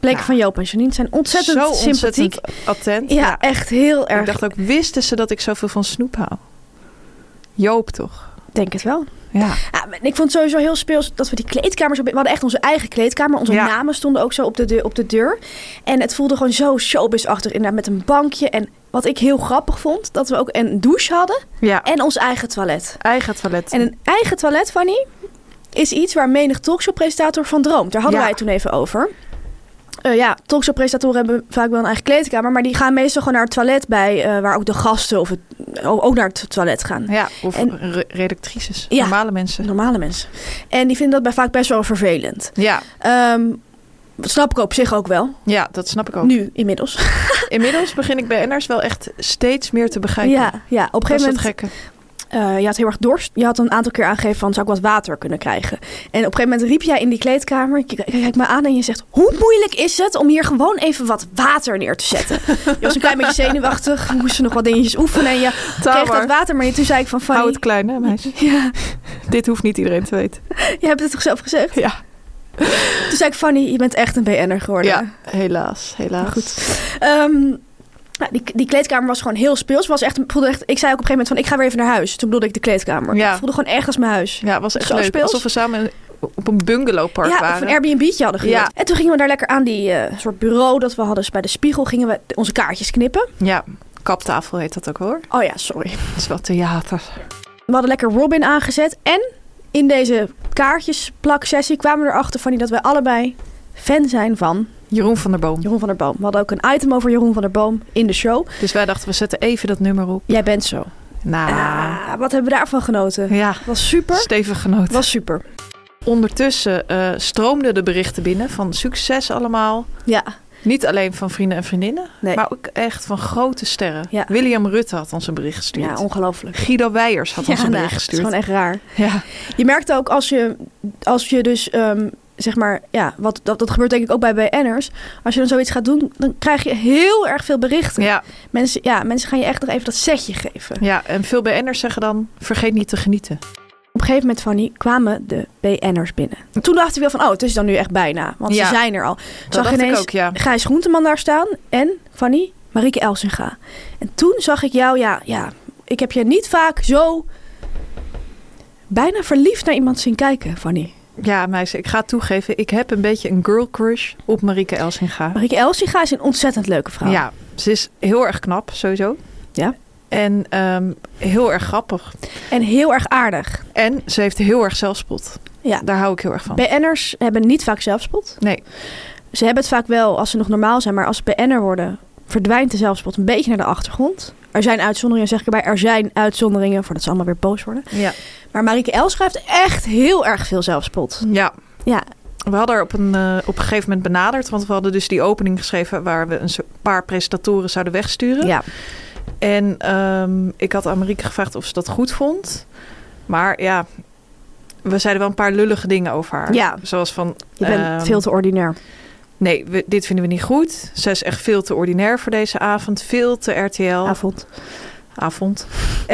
[SPEAKER 6] Bleken van Joop en Janine zijn ontzettend sympathiek.
[SPEAKER 5] Attent.
[SPEAKER 6] Ja, echt heel erg.
[SPEAKER 5] Ik dacht ook, wisten ze dat ik zoveel van snoep hou? Joop toch?
[SPEAKER 6] Denk het wel.
[SPEAKER 5] Ja.
[SPEAKER 6] Ik vond het sowieso heel speels dat we die kleedkamers... We hadden echt onze eigen kleedkamer. Onze namen stonden ook zo op de deur. En het voelde gewoon zo showbiz-achtig. Inderdaad met een bankje. En wat ik heel grappig vond, dat we ook een douche hadden. Ja. En ons eigen toilet.
[SPEAKER 5] Eigen toilet.
[SPEAKER 6] En een eigen toilet, Fanny, is iets waar menig talkshow-presentator van droomt. Daar hadden wij het toen even over. Talkshow-presentatoren hebben vaak wel een eigen kleedkamer. Maar die gaan meestal gewoon naar het toilet bij... waar ook de gasten ook naar het toilet gaan.
[SPEAKER 5] Ja, of redactrices. Normale mensen.
[SPEAKER 6] Normale mensen. En die vinden dat vaak best wel vervelend.
[SPEAKER 5] Ja.
[SPEAKER 6] Dat snap ik op zich ook wel.
[SPEAKER 5] Ja, dat snap ik ook.
[SPEAKER 6] Nu, inmiddels.
[SPEAKER 5] Inmiddels begin ik bij NR's wel echt steeds meer te begrijpen.
[SPEAKER 6] Ja, op een gegeven moment...
[SPEAKER 5] gekke.
[SPEAKER 6] Je had heel erg dorst. Je had een aantal keer aangegeven van, zou ik wat water kunnen krijgen? En op een gegeven moment riep jij in die kleedkamer, je kijkt me aan en je zegt, hoe moeilijk is het om hier gewoon even wat water neer te zetten? Je was een klein beetje zenuwachtig. Je moest nog wat dingetjes oefenen en je kreeg dat water. Maar toen zei ik van, Fanny...
[SPEAKER 5] Hou het klein, hè, meisje?
[SPEAKER 6] Ja.
[SPEAKER 5] Dit hoeft niet iedereen te weten.
[SPEAKER 6] Je hebt het toch zelf gezegd?
[SPEAKER 5] Ja.
[SPEAKER 6] Toen zei ik, Fanny, je bent echt een BN'er geworden.
[SPEAKER 5] Ja, helaas.
[SPEAKER 6] Maar goed. Die kleedkamer was gewoon heel speels. Ik zei ook op een gegeven moment van, ik ga weer even naar huis. Toen bedoelde ik de kleedkamer.
[SPEAKER 5] Ja.
[SPEAKER 6] Het voelde gewoon echt als mijn huis.
[SPEAKER 5] Ja, het was echt
[SPEAKER 6] zo
[SPEAKER 5] leuk.
[SPEAKER 6] speels.
[SPEAKER 5] Alsof we samen op een bungalowpark waren.
[SPEAKER 6] Ja, of een Airbnb'tje hadden gehuurd.
[SPEAKER 5] Ja.
[SPEAKER 6] En toen gingen we daar lekker aan die soort bureau dat we hadden. Dus bij de spiegel gingen we onze kaartjes knippen.
[SPEAKER 5] Ja, kaptafel heet dat ook hoor.
[SPEAKER 6] Oh ja, sorry.
[SPEAKER 5] Het is wel theater.
[SPEAKER 6] We hadden lekker Robin aangezet. En in deze kaartjesplaksessie kwamen we erachter van dat wij allebei fan zijn van...
[SPEAKER 5] Jeroen van der Boom.
[SPEAKER 6] Jeroen van der Boom. We hadden ook een item over Jeroen van der Boom in de show.
[SPEAKER 5] Dus wij dachten, we zetten even dat nummer op.
[SPEAKER 6] Jij bent zo. Wat hebben we daarvan genoten?
[SPEAKER 5] Ja.
[SPEAKER 6] Was super.
[SPEAKER 5] Stevig genoten.
[SPEAKER 6] Was super.
[SPEAKER 5] Ondertussen stroomden de berichten binnen van succes allemaal.
[SPEAKER 6] Ja.
[SPEAKER 5] Niet alleen van vrienden en vriendinnen,
[SPEAKER 6] nee.
[SPEAKER 5] maar ook echt van grote sterren.
[SPEAKER 6] Ja.
[SPEAKER 5] William Rutte had ons een bericht gestuurd.
[SPEAKER 6] Ja, ongelooflijk.
[SPEAKER 5] Guido Weijers had ons een bericht gestuurd.
[SPEAKER 6] Dat is gewoon echt raar.
[SPEAKER 5] Ja.
[SPEAKER 6] Je merkt ook als je dus... zeg maar, ja, dat gebeurt denk ik ook bij BN'ers. Als je dan zoiets gaat doen, dan krijg je heel erg veel berichten.
[SPEAKER 5] Ja.
[SPEAKER 6] Mensen gaan je echt nog even dat setje geven.
[SPEAKER 5] Ja, en veel BN'ers zeggen dan, vergeet niet te genieten.
[SPEAKER 6] Op een gegeven moment, Fanny, kwamen de BN'ers binnen. Toen dacht ik wel van, het is dan nu echt bijna. Want ze zijn er al.
[SPEAKER 5] Zag
[SPEAKER 6] ineens
[SPEAKER 5] ik ook, ja.
[SPEAKER 6] Gijs Groenteman daar staan en, Fanny, Marieke Elsinga. En toen zag ik jou, ik heb je niet vaak zo bijna verliefd naar iemand zien kijken, Fanny.
[SPEAKER 5] Ja, meisje, ik ga het toegeven. Ik heb een beetje een girl crush op Marieke Elsinga.
[SPEAKER 6] Marieke Elsinga is een ontzettend leuke vrouw.
[SPEAKER 5] Ja, ze is heel erg knap, sowieso.
[SPEAKER 6] Ja.
[SPEAKER 5] En heel erg grappig.
[SPEAKER 6] En heel erg aardig.
[SPEAKER 5] En ze heeft heel erg zelfspot. Ja. Daar hou ik heel erg van.
[SPEAKER 6] BN'ers hebben niet vaak zelfspot.
[SPEAKER 5] Nee.
[SPEAKER 6] Ze hebben het vaak wel als ze nog normaal zijn. Maar als ze BN'er worden, verdwijnt de zelfspot een beetje naar de achtergrond. Er zijn uitzonderingen, zeg ik erbij. Er zijn uitzonderingen, voordat ze allemaal weer boos worden.
[SPEAKER 5] Ja.
[SPEAKER 6] Maar Marieke Elsinga heeft echt heel erg veel zelfspot.
[SPEAKER 5] Ja.
[SPEAKER 6] Ja.
[SPEAKER 5] We hadden haar op een gegeven moment benaderd. Want we hadden dus die opening geschreven waar we een paar presentatoren zouden wegsturen.
[SPEAKER 6] Ja.
[SPEAKER 5] En ik had aan Marieke gevraagd of ze dat goed vond. Maar ja, we zeiden wel een paar lullige dingen over haar.
[SPEAKER 6] Ja.
[SPEAKER 5] Zoals van...
[SPEAKER 6] Je bent veel te ordinair.
[SPEAKER 5] Nee, dit vinden we niet goed. Ze is echt veel te ordinair voor deze avond. Veel te RTL. Avond.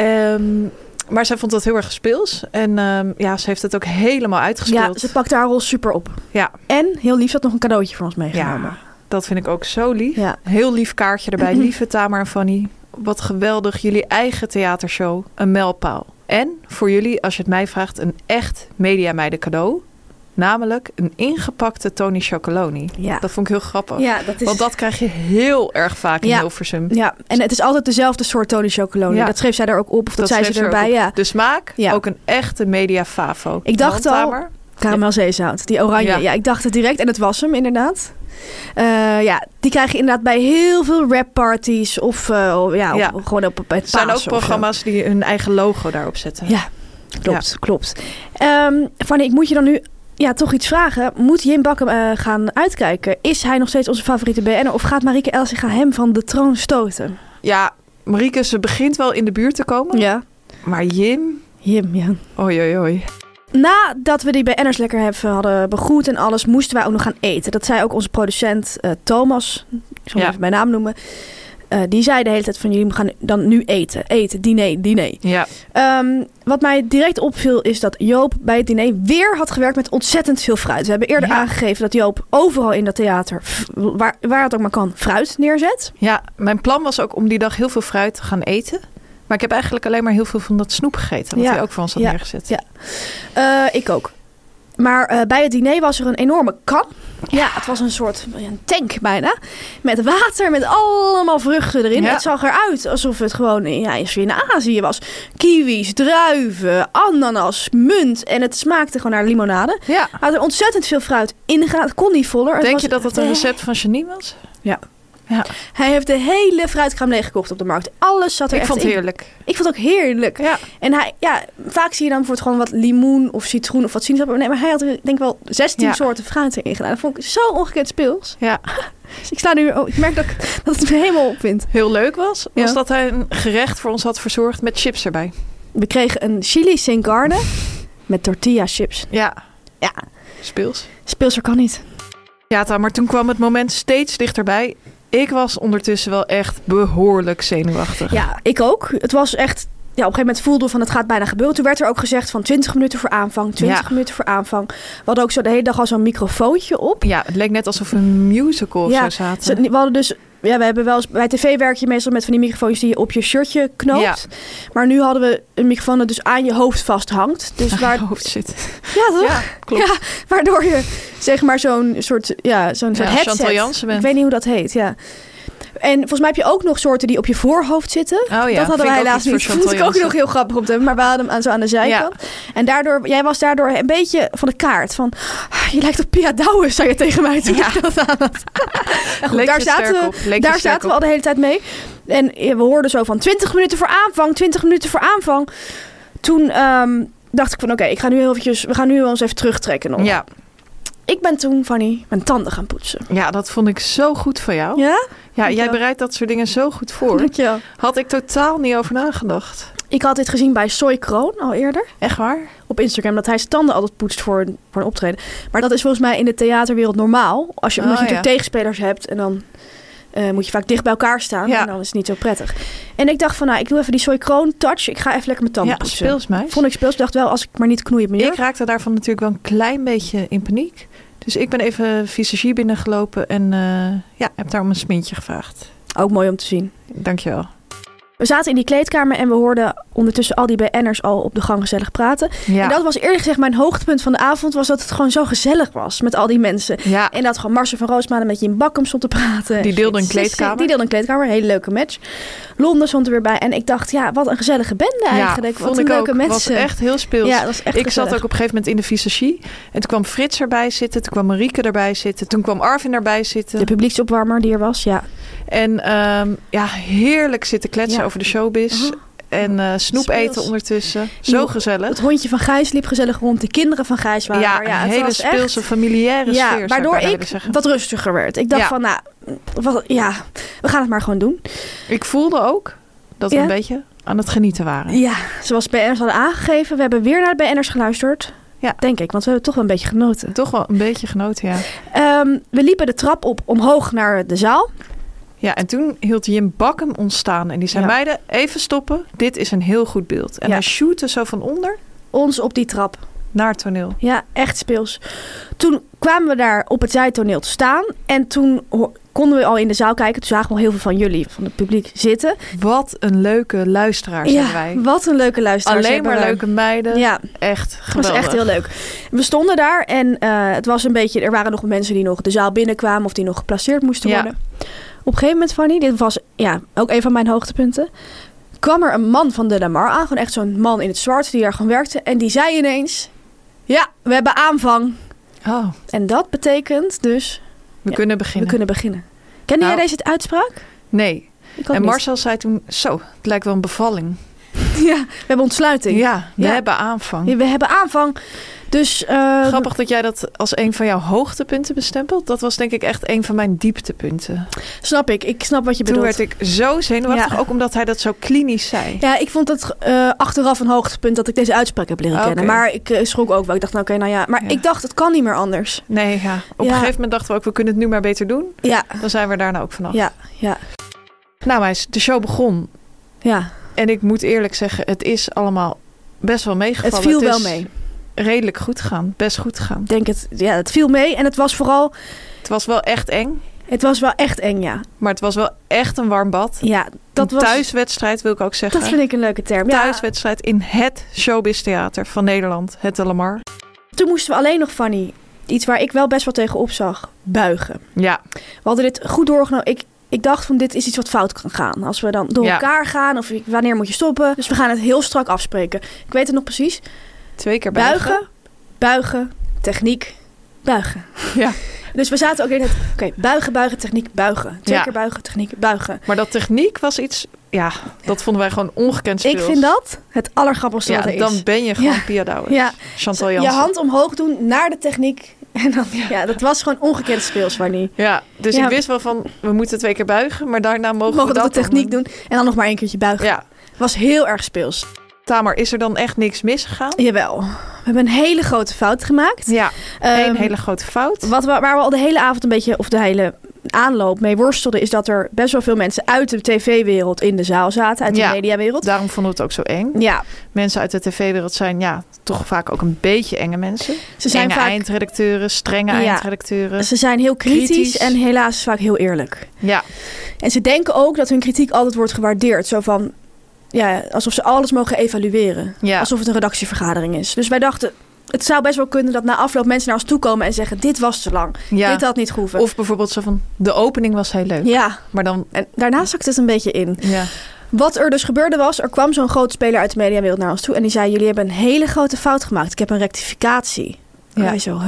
[SPEAKER 5] Maar zij vond dat heel erg speels. En ze heeft het ook helemaal uitgespeeld.
[SPEAKER 6] Ja, ze pakte haar rol super op.
[SPEAKER 5] Ja.
[SPEAKER 6] En heel lief, had nog een cadeautje voor ons meegenomen.
[SPEAKER 5] Ja, dat vind ik ook zo lief.
[SPEAKER 6] Ja.
[SPEAKER 5] Heel lief kaartje erbij. Lieve Tamar en Fanny. Wat geweldig. Jullie eigen theatershow. Een mijlpaal. En voor jullie, als je het mij vraagt, een echt Mediameiden cadeau. Namelijk een ingepakte Tony Chocoloni. Ja. Dat vond ik heel grappig.
[SPEAKER 6] Ja,
[SPEAKER 5] want dat krijg je heel erg vaak in Hilversum.
[SPEAKER 6] Ja, en het is altijd dezelfde soort Tony Chocoloni. Ja. Dat schreef zij daar ook op. Of dat zei ze erbij. Ja.
[SPEAKER 5] De smaak, ook een echte media favo.
[SPEAKER 6] Ik dacht al, karamelzeezout. Die oranje. Ja, ik dacht het direct. En het was hem inderdaad. Die krijg je inderdaad bij heel veel rapparties. Of gewoon op het
[SPEAKER 5] Er zijn ook programma's die hun eigen logo daarop zetten.
[SPEAKER 6] Ja, klopt. Fanny, ik moet je dan nu... Ja, toch iets vragen. Moet Jim Bakken gaan uitkijken? Is hij nog steeds onze favoriete BN'er? Of gaat Marieke Elsinga hem van de troon stoten?
[SPEAKER 5] Ja, Marieke, ze begint wel in de buurt te komen.
[SPEAKER 6] Ja.
[SPEAKER 5] Maar Jim,
[SPEAKER 6] ja.
[SPEAKER 5] Oei.
[SPEAKER 6] Nadat we die BN'ers lekker hadden begroet en alles, moesten wij ook nog gaan eten. Dat zei ook onze producent Thomas. Ik zal hem even bij naam noemen. die zei de hele tijd van jullie gaan dan nu eten. Eten, diner.
[SPEAKER 5] Ja.
[SPEAKER 6] Wat mij direct opviel is dat Joop bij het diner weer had gewerkt met ontzettend veel fruit. We hebben eerder aangegeven dat Joop overal in dat theater, waar het ook maar kan, fruit neerzet.
[SPEAKER 5] Ja, mijn plan was ook om die dag heel veel fruit te gaan eten. Maar ik heb eigenlijk alleen maar heel veel van dat snoep gegeten. Wat hij ook voor ons had neergezet.
[SPEAKER 6] Ja, ik ook. Maar bij het diner was er een enorme kan. Ja, het was een soort tank bijna. Met water, met allemaal vruchten erin. Ja. Het zag eruit alsof het gewoon in Azië was. Kiwis, druiven, ananas, munt. En het smaakte gewoon naar limonade. Ja. Had er ontzettend veel fruit ingedaan. Het kon niet voller.
[SPEAKER 5] Denk je dat het een recept van Janine was?
[SPEAKER 6] Ja. Hij heeft de hele fruitkraam leeggekocht op de markt. Alles zat er echt in.
[SPEAKER 5] Ik vond het heerlijk.
[SPEAKER 6] Ik vond het ook heerlijk. Ja. En vaak zie je dan bijvoorbeeld gewoon wat limoen of citroen of wat sinaasappel. Nee, maar hij had er denk ik wel 16 soorten fruit erin gedaan. Dat vond ik zo ongekend speels. Ja. Dus ik merk dat het me helemaal opvindt.
[SPEAKER 5] Heel leuk was dat hij een gerecht voor ons had verzorgd met chips erbij.
[SPEAKER 6] We kregen een chili sin carne met tortilla chips.
[SPEAKER 5] Ja. Speels.
[SPEAKER 6] Speelser kan niet.
[SPEAKER 5] Ja, maar toen kwam het moment steeds dichterbij. Ik was ondertussen wel echt behoorlijk zenuwachtig.
[SPEAKER 6] Ja, ik ook. Het was echt... Ja, op een gegeven moment voelde van het gaat bijna gebeuren. Toen werd er ook gezegd van 20 minuten voor aanvang. 20 minuten voor aanvang. We hadden ook zo de hele dag al zo'n microfoontje op.
[SPEAKER 5] Ja, het leek net alsof we een musical of zo zaten.
[SPEAKER 6] We hadden dus... Ja, we hebben wel eens... Bij tv werk je meestal met van die microfoontjes die je op je shirtje knoopt. Ja. Maar nu hadden we een microfoon dat dus aan je hoofd vasthangt. Dus waar
[SPEAKER 5] je hoofd zit.
[SPEAKER 6] Ja, toch?
[SPEAKER 5] Ja, klopt.
[SPEAKER 6] Ja, waardoor je zeg maar zo'n soort headset...
[SPEAKER 5] Chantal Jansen bent.
[SPEAKER 6] Ik weet niet hoe dat heet, ja. En volgens mij heb je ook nog soorten die op je voorhoofd zitten.
[SPEAKER 5] Oh ja,
[SPEAKER 6] dat hadden wij helaas niet. Dat vond ik ook nog heel grappig om te hebben. Maar we hadden hem zo aan de zijkant. Ja. En jij was daardoor een beetje van de kaart. Van, je lijkt op Pia Douwes, zei je tegen mij toen ik dat aan had. Goed, daar zaten we al de hele tijd mee. En we hoorden zo van 20 minuten voor aanvang. 20 minuten voor aanvang. Toen dacht ik van oké, we gaan nu eens even terugtrekken nog. Ja. Ik ben toen, Fanny, mijn tanden gaan poetsen.
[SPEAKER 5] Ja, dat vond ik zo goed van jou.
[SPEAKER 6] Ja?
[SPEAKER 5] Ja, jij bereidt dat soort dingen zo goed voor.
[SPEAKER 6] Dankjewel.
[SPEAKER 5] Had ik totaal niet over nagedacht.
[SPEAKER 6] Ik had dit gezien bij Soy Kroon al eerder.
[SPEAKER 5] Echt waar?
[SPEAKER 6] Op Instagram, dat hij zijn tanden altijd poetst voor een optreden. Maar dat is volgens mij in de theaterwereld normaal. Omdat je natuurlijk tegenspelers hebt en dan moet je vaak dicht bij elkaar staan. Ja. En dan is het niet zo prettig. En ik dacht van, ik doe even die Soy Kroon touch. Ik ga even lekker mijn tanden poetsen.
[SPEAKER 5] Speels mij.
[SPEAKER 6] Vond ik speels. Ik dacht wel, als ik maar niet knoei op mijn jurk.
[SPEAKER 5] Ik raakte daarvan natuurlijk wel een klein beetje in paniek. Dus ik ben even visagie binnengelopen en heb daar om een smintje gevraagd.
[SPEAKER 6] Ook mooi om te zien.
[SPEAKER 5] Dankjewel.
[SPEAKER 6] We zaten in die kleedkamer en we hoorden ondertussen al die BN'ers al op de gang gezellig praten. Ja. En dat was eerlijk gezegd mijn hoogtepunt van de avond, was dat het gewoon zo gezellig was met al die mensen. Ja. En dat gewoon Marcel van Roosmalen met Jim Bakkum stond te praten.
[SPEAKER 5] Die deelde een kleedkamer.
[SPEAKER 6] Hele leuke match. Londen stond er weer bij. En ik dacht, wat een gezellige bende eigenlijk.
[SPEAKER 5] Ja,
[SPEAKER 6] wat een leuke mensen.
[SPEAKER 5] Het was echt heel speels.
[SPEAKER 6] Ja, was echt
[SPEAKER 5] ik zat ook op een gegeven moment in de visagie. En toen kwam Frits erbij zitten. Toen kwam Marieke erbij zitten. Toen kwam Arvin erbij zitten.
[SPEAKER 6] De publieksopwarmer die er was, ja.
[SPEAKER 5] En heerlijk zitten kletsen over de showbiz. En snoep eten ondertussen. Zo gezellig.
[SPEAKER 6] Het hondje van Gijs liep gezellig rond. De kinderen van Gijs waren er.
[SPEAKER 5] Ja, een hele speelse, echt familiaire sfeer.
[SPEAKER 6] Waardoor ik wat rustiger werd. Ik dacht van, we gaan het maar gewoon doen.
[SPEAKER 5] Ik voelde ook dat we een beetje aan het genieten waren.
[SPEAKER 6] Ja, zoals BN'ers hadden aangegeven. We hebben weer naar de BN'ers geluisterd. Ja. Denk ik, want we hebben toch wel een beetje genoten.
[SPEAKER 5] Toch wel een beetje genoten, ja.
[SPEAKER 6] We liepen de trap op omhoog naar de zaal.
[SPEAKER 5] Ja, en toen hield Jim Bakkum ons staan. En die zei, meiden, even stoppen. Dit is een heel goed beeld. En hij shootte zo van onder.
[SPEAKER 6] Ons op die trap.
[SPEAKER 5] Naar het toneel.
[SPEAKER 6] Ja, echt speels. Toen kwamen we daar op het zijtoneel te staan. En toen konden we al in de zaal kijken. Toen zagen we al heel veel van jullie, van het publiek, zitten.
[SPEAKER 5] Wat een leuke luisteraars hebben wij.
[SPEAKER 6] Wat een leuke luisteraars.
[SPEAKER 5] Alleen maar leuke meiden. Ja. Echt geweldig.
[SPEAKER 6] Het was echt heel leuk. We stonden daar en het was een beetje... Er waren nog mensen die nog de zaal binnenkwamen of die nog geplaceerd moesten worden. Op een gegeven moment, Fanny, dit was ook een van mijn hoogtepunten, kwam er een man van de Lamar aan. Gewoon echt zo'n man in het zwart die daar gewoon werkte. En die zei ineens, we hebben aanvang.
[SPEAKER 5] Oh.
[SPEAKER 6] En dat betekent dus...
[SPEAKER 5] We kunnen beginnen.
[SPEAKER 6] We kunnen beginnen. Kende jij deze uitspraak?
[SPEAKER 5] Nee. En Marcel zei toen, het lijkt wel een bevalling.
[SPEAKER 6] Ja, we hebben ontsluiting.
[SPEAKER 5] Ja, we hebben aanvang.
[SPEAKER 6] Ja, we hebben aanvang. Dus,
[SPEAKER 5] grappig dat jij dat als een van jouw hoogtepunten bestempelt. Dat was denk ik echt een van mijn dieptepunten.
[SPEAKER 6] Snap ik. Ik snap wat je bedoelt.
[SPEAKER 5] Toen werd ik zo zenuwachtig. Ook omdat hij dat zo klinisch zei.
[SPEAKER 6] Ja, ik vond het achteraf een hoogtepunt dat ik deze uitspraak heb leren kennen. Maar ik schrok ook wel. Ik dacht, Maar ik dacht, het kan niet meer anders.
[SPEAKER 5] Nee, Op een gegeven moment dachten we ook, we kunnen het nu maar beter doen.
[SPEAKER 6] Ja.
[SPEAKER 5] Dan zijn we daarna ook vanaf.
[SPEAKER 6] Ja.
[SPEAKER 5] Nou meis, de show begon.
[SPEAKER 6] Ja.
[SPEAKER 5] En ik moet eerlijk zeggen, het is allemaal best wel meegevallen.
[SPEAKER 6] Het viel wel mee.
[SPEAKER 5] Redelijk goed gegaan. Best goed gegaan.
[SPEAKER 6] Denk het. Ja, het viel mee. En het was vooral...
[SPEAKER 5] Het was wel echt eng.
[SPEAKER 6] Het was wel echt eng, ja.
[SPEAKER 5] Maar het was wel echt een warm bad.
[SPEAKER 6] Ja, dat
[SPEAKER 5] een
[SPEAKER 6] was...
[SPEAKER 5] thuiswedstrijd wil ik ook zeggen.
[SPEAKER 6] Dat vind ik een leuke term. Ja.
[SPEAKER 5] Thuiswedstrijd in het Showbiz Theater van Nederland. Het De Lamar.
[SPEAKER 6] Toen moesten we alleen nog, Fanny, iets waar ik wel best wel tegenop zag, buigen.
[SPEAKER 5] Ja.
[SPEAKER 6] We hadden dit goed doorgenomen. Ik dacht van dit is iets wat fout kan gaan. Als we dan door elkaar gaan of wanneer moet je stoppen. Dus we gaan het heel strak afspreken. Ik weet het nog precies.
[SPEAKER 5] 2 keer buigen.
[SPEAKER 6] Buigen, techniek, buigen.
[SPEAKER 5] Ja.
[SPEAKER 6] Dus we zaten ook in het... Oké, buigen, techniek, buigen. 2 keer buigen, techniek, buigen.
[SPEAKER 5] Maar dat techniek was iets... Ja, dat vonden wij gewoon ongekend speels.
[SPEAKER 6] Ik vind dat het allergrappigste wat er is.
[SPEAKER 5] Dan ben je gewoon Pia Douwes.
[SPEAKER 6] Ja.
[SPEAKER 5] Chantal Jansen.
[SPEAKER 6] Je hand omhoog doen naar de techniek. En dan, dat was gewoon ongekend speels, Fanny.
[SPEAKER 5] Ja, dus ik wist wel van... We moeten 2 keer buigen, maar daarna mogen we dat
[SPEAKER 6] de techniek doen. En dan nog maar 1 keertje buigen. Ja. Het was heel erg speels.
[SPEAKER 5] Tamar, is er dan echt niks misgegaan?
[SPEAKER 6] Jawel. We hebben een hele grote fout gemaakt.
[SPEAKER 5] Ja, een hele grote fout.
[SPEAKER 6] Waar we al de hele avond een beetje, of de hele aanloop mee worstelden, is dat er best wel veel mensen uit de tv-wereld in de zaal zaten, uit de mediawereld.
[SPEAKER 5] Daarom vonden we het ook zo eng.
[SPEAKER 6] Ja.
[SPEAKER 5] Mensen uit de tv-wereld zijn toch vaak ook een beetje enge mensen.
[SPEAKER 6] Ze zijn
[SPEAKER 5] enge
[SPEAKER 6] vaak
[SPEAKER 5] eindredacteuren, strenge eindredacteuren.
[SPEAKER 6] Ze zijn heel kritisch en helaas vaak heel eerlijk.
[SPEAKER 5] Ja.
[SPEAKER 6] En ze denken ook dat hun kritiek altijd wordt gewaardeerd. Zo van, alsof ze alles mogen evalueren. Ja. Alsof het een redactievergadering is. Dus wij dachten, het zou best wel kunnen dat na afloop mensen naar ons toe komen en zeggen, dit was te lang. Ja. Dit had niet gehoeven.
[SPEAKER 5] Of bijvoorbeeld zo van, de opening was heel leuk.
[SPEAKER 6] Ja.
[SPEAKER 5] Maar dan...
[SPEAKER 6] En daarna zakte het een beetje in.
[SPEAKER 5] Ja.
[SPEAKER 6] Wat er dus gebeurde was, er kwam zo'n grote speler uit de mediawereld naar ons toe en die zei, jullie hebben een hele grote fout gemaakt. Ik heb een rectificatie. En wij zo,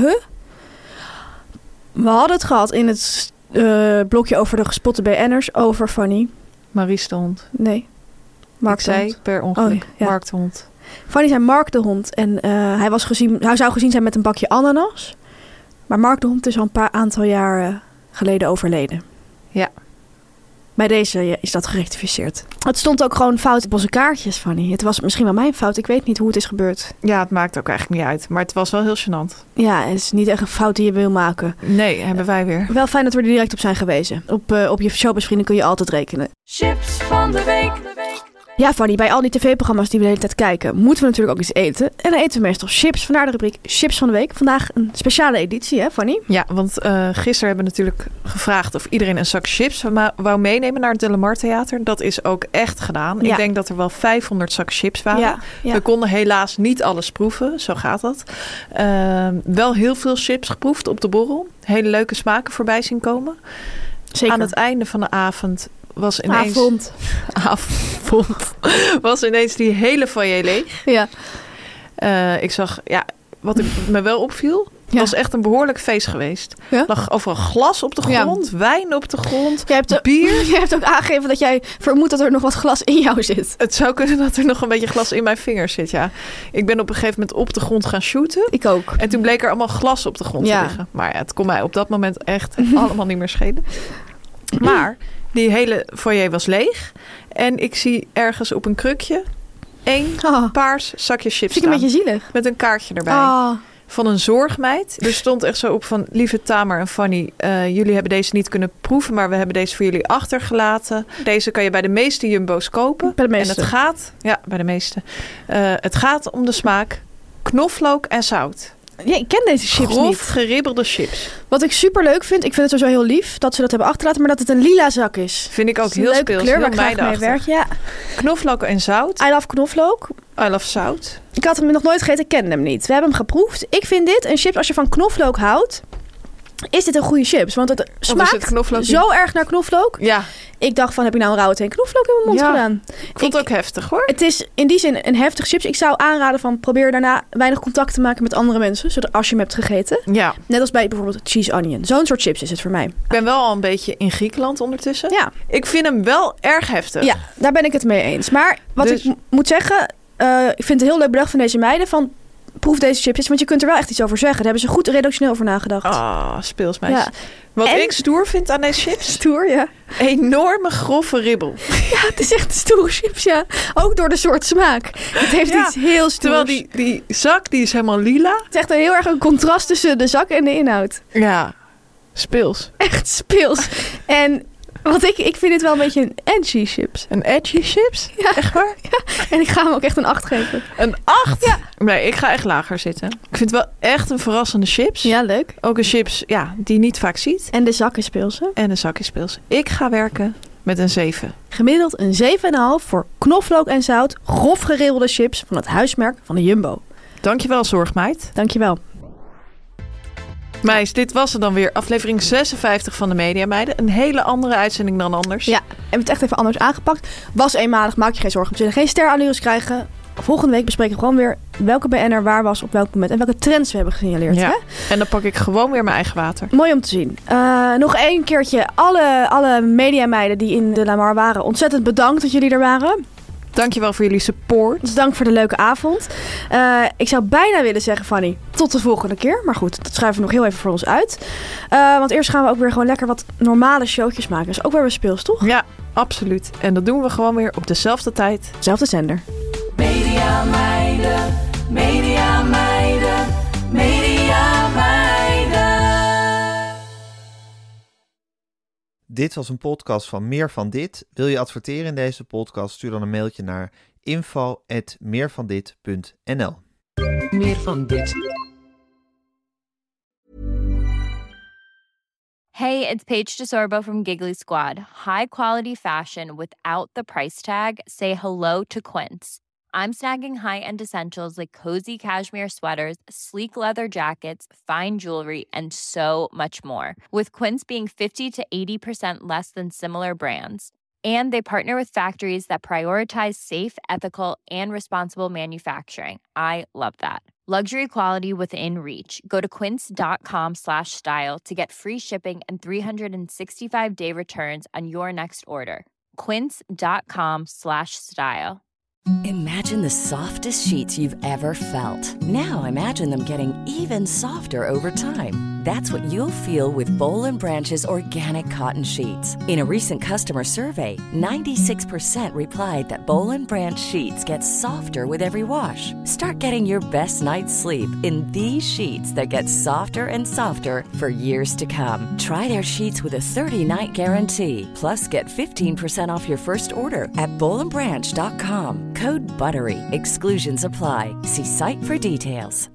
[SPEAKER 6] We hadden het gehad in het blokje over de gespotte BN'ers over Fanny.
[SPEAKER 5] Maurice de Hond.
[SPEAKER 6] Nee. Mark
[SPEAKER 5] ik zei per ongeluk. Mark de Hond.
[SPEAKER 6] Fanny zei Mark de Hond. En hij zou gezien zijn met een bakje ananas. Maar Mark de Hond is al een aantal jaar geleden overleden.
[SPEAKER 5] Ja.
[SPEAKER 6] Bij deze is dat gerectificeerd. Het stond ook gewoon fout op onze kaartjes, Fanny. Het was misschien wel mijn fout. Ik weet niet hoe het is gebeurd.
[SPEAKER 5] Ja, het maakt ook eigenlijk niet uit. Maar het was wel heel gênant.
[SPEAKER 6] Ja, het is niet echt een fout die je wil maken.
[SPEAKER 5] Nee, hebben wij weer.
[SPEAKER 6] Wel fijn dat we er direct op zijn gewezen. Op je showbizvrienden kun je altijd rekenen.
[SPEAKER 7] Chips van de week.
[SPEAKER 6] Ja, Fanny, bij al die tv-programma's die we de hele tijd kijken, moeten we natuurlijk ook iets eten. En dan eten we meestal chips. Vandaar de rubriek Chips van de Week. Vandaag een speciale editie, hè, Fanny?
[SPEAKER 5] Ja, want gisteren hebben we natuurlijk gevraagd of iedereen een zak chips wou meenemen naar het De Lamar Theater. Dat is ook echt gedaan. Ja. Ik denk dat er wel 500 zakken chips waren. Ja, ja. We konden helaas niet alles proeven. Zo gaat dat. Wel heel veel chips geproefd op de borrel. Hele leuke smaken voorbij zien komen.
[SPEAKER 6] Zeker.
[SPEAKER 5] Aan het einde van de avond was ineens... was ineens die hele foyer leeg.
[SPEAKER 6] Ja.
[SPEAKER 5] Ik zag, wat me wel opviel, het was echt een behoorlijk feest geweest. Ja? Er lag overal glas op de grond, wijn op de grond, bier.
[SPEAKER 6] Je hebt ook aangegeven dat jij vermoedt dat er nog wat glas in jou zit.
[SPEAKER 5] Het zou kunnen dat er nog een beetje glas in mijn vingers zit, ja. Ik ben op een gegeven moment op de grond gaan shooten.
[SPEAKER 6] Ik ook.
[SPEAKER 5] En toen bleek er allemaal glas op de grond te liggen. Maar het kon mij op dat moment echt allemaal niet meer schelen. Maar die hele foyer was leeg. En ik zie ergens op een krukje 1 paars zakje chips
[SPEAKER 6] staan. Vind ik een beetje zielig.
[SPEAKER 5] Met een kaartje erbij. Van een zorgmeid. Er stond echt zo op van, lieve Tamar en Fanny, jullie hebben deze niet kunnen proeven, maar we hebben deze voor jullie achtergelaten. Deze kan je bij de meeste Jumbo's kopen.
[SPEAKER 6] Bij de meeste.
[SPEAKER 5] En het gaat, bij de meeste. Het gaat om de smaak knoflook en zout.
[SPEAKER 6] Ja, ik ken deze chips niet.
[SPEAKER 5] Geribbelde chips.
[SPEAKER 6] Wat ik super leuk vind, ik vind het sowieso heel lief dat ze dat hebben achtergelaten, maar dat het een lila zak is.
[SPEAKER 5] Vind ik ook heel speels.
[SPEAKER 6] Kleur waar ik graag mee werk. Ja.
[SPEAKER 5] Knoflook en zout.
[SPEAKER 6] I love knoflook.
[SPEAKER 5] I love zout.
[SPEAKER 6] Ik had hem nog nooit gegeten, ik ken hem niet. We hebben hem geproefd. Ik vind dit een chips, als je van knoflook houdt, is dit een goede chips. Want het smaakt zo erg naar knoflook.
[SPEAKER 5] Ja.
[SPEAKER 6] Ik dacht van, heb ik nou een rauwe teen knoflook in mijn mond gedaan?
[SPEAKER 5] Ik vond het ook heftig, hoor.
[SPEAKER 6] Het is in die zin een heftig chips. Ik zou aanraden van, probeer daarna weinig contact te maken met andere mensen. Zodat als je hem hebt gegeten. Ja. Net als bij bijvoorbeeld cheese onion. Zo'n soort chips is het voor mij.
[SPEAKER 5] Ik ben wel al een beetje in Griekenland ondertussen. Ja. Ik vind hem wel erg heftig.
[SPEAKER 6] Ja, daar ben ik het mee eens. Maar wat ik moet zeggen, ik vind het heel leuk bedacht van deze meiden van, proef deze chips, want je kunt er wel echt iets over zeggen. Daar hebben ze goed redactioneel over nagedacht.
[SPEAKER 5] Speelsmeisje. Ja. Wat ik stoer vind aan deze chips.
[SPEAKER 6] Stoer, ja.
[SPEAKER 5] Enorme grove ribbel.
[SPEAKER 6] Ja, het is echt een stoere chips, ja. Ook door de soort smaak. Het heeft iets heel stoers.
[SPEAKER 5] Terwijl die zak, die is helemaal lila.
[SPEAKER 6] Het is echt heel erg een contrast tussen de zak en de inhoud.
[SPEAKER 5] Ja, speels.
[SPEAKER 6] Echt speels. En Want ik vind dit wel een beetje een edgy chips.
[SPEAKER 5] Een edgy chips?
[SPEAKER 6] Ja.
[SPEAKER 5] Echt waar?
[SPEAKER 6] Ja. En ik ga hem ook echt een 8 geven.
[SPEAKER 5] Een 8?
[SPEAKER 6] Ja.
[SPEAKER 5] Nee, ik ga echt lager zitten. Ik vind het wel echt een verrassende chips.
[SPEAKER 6] Ja, leuk.
[SPEAKER 5] Ook een chips die je niet vaak ziet.
[SPEAKER 6] En de zak is speelse.
[SPEAKER 5] Ik ga werken met een 7.
[SPEAKER 6] Gemiddeld een 7,5 voor knoflook en zout. Grof gereelde chips van het huismerk van de Jumbo.
[SPEAKER 5] Dankjewel, zorgmeid.
[SPEAKER 6] Dankjewel.
[SPEAKER 5] Meis, dit was er dan weer. Aflevering 56 van de Media Meiden. Een hele andere uitzending dan anders.
[SPEAKER 6] Ja, en we hebben het echt even anders aangepakt. Was eenmalig, maak je geen zorgen. We zullen geen sterallures krijgen. Volgende week bespreken we gewoon weer welke BN'er waar was op welk moment. En welke trends we hebben gesignaleerd.
[SPEAKER 5] Ja,
[SPEAKER 6] hè?
[SPEAKER 5] en dan pak ik gewoon weer mijn eigen water.
[SPEAKER 6] Mooi om te zien. Nog één keertje alle Media Meiden die in de Lamar waren. Ontzettend bedankt dat jullie er waren.
[SPEAKER 5] Dankjewel voor jullie support.
[SPEAKER 6] Dus dank voor de leuke avond. Ik zou bijna willen zeggen, Fanny, tot de volgende keer. Maar goed, dat schrijven we nog heel even voor ons uit. Want eerst gaan we ook weer gewoon lekker wat normale showtjes maken. Dus ook weer speels, toch?
[SPEAKER 5] Ja, absoluut. En dat doen we gewoon weer op dezelfde tijd.
[SPEAKER 6] Zelfde zender.
[SPEAKER 7] Media Meiden, Media Meiden, Media Meiden.
[SPEAKER 8] Dit was een podcast van Meer van Dit. Wil je adverteren in deze podcast? Stuur dan een mailtje naar info@meervandit.nl.
[SPEAKER 9] Meer van dit.
[SPEAKER 10] Hey, it's Paige DeSorbo from Giggly Squad. High quality fashion without the price tag. Say hello to Quince. I'm snagging high-end essentials like cozy cashmere sweaters, sleek leather jackets, fine jewelry, and so much more. With Quince being 50 to 80% less than similar brands. And they partner with factories that prioritize safe, ethical, and responsible manufacturing. I love that. Luxury quality within reach. Go to quince.com/style to get free shipping and 365-day returns on your next order. Quince.com/style.
[SPEAKER 11] Imagine the softest sheets you've ever felt. Now imagine them getting even softer over time. That's what you'll feel with Boll & Branch's organic cotton sheets. In a recent customer survey, 96% replied that Boll & Branch sheets get softer with every wash. Start getting your best night's sleep in these sheets that get softer and softer for years to come. Try their sheets with a 30-night guarantee. Plus, get 15% off your first order at bollandbranch.com. Code BUTTERY. Exclusions apply. See site for details.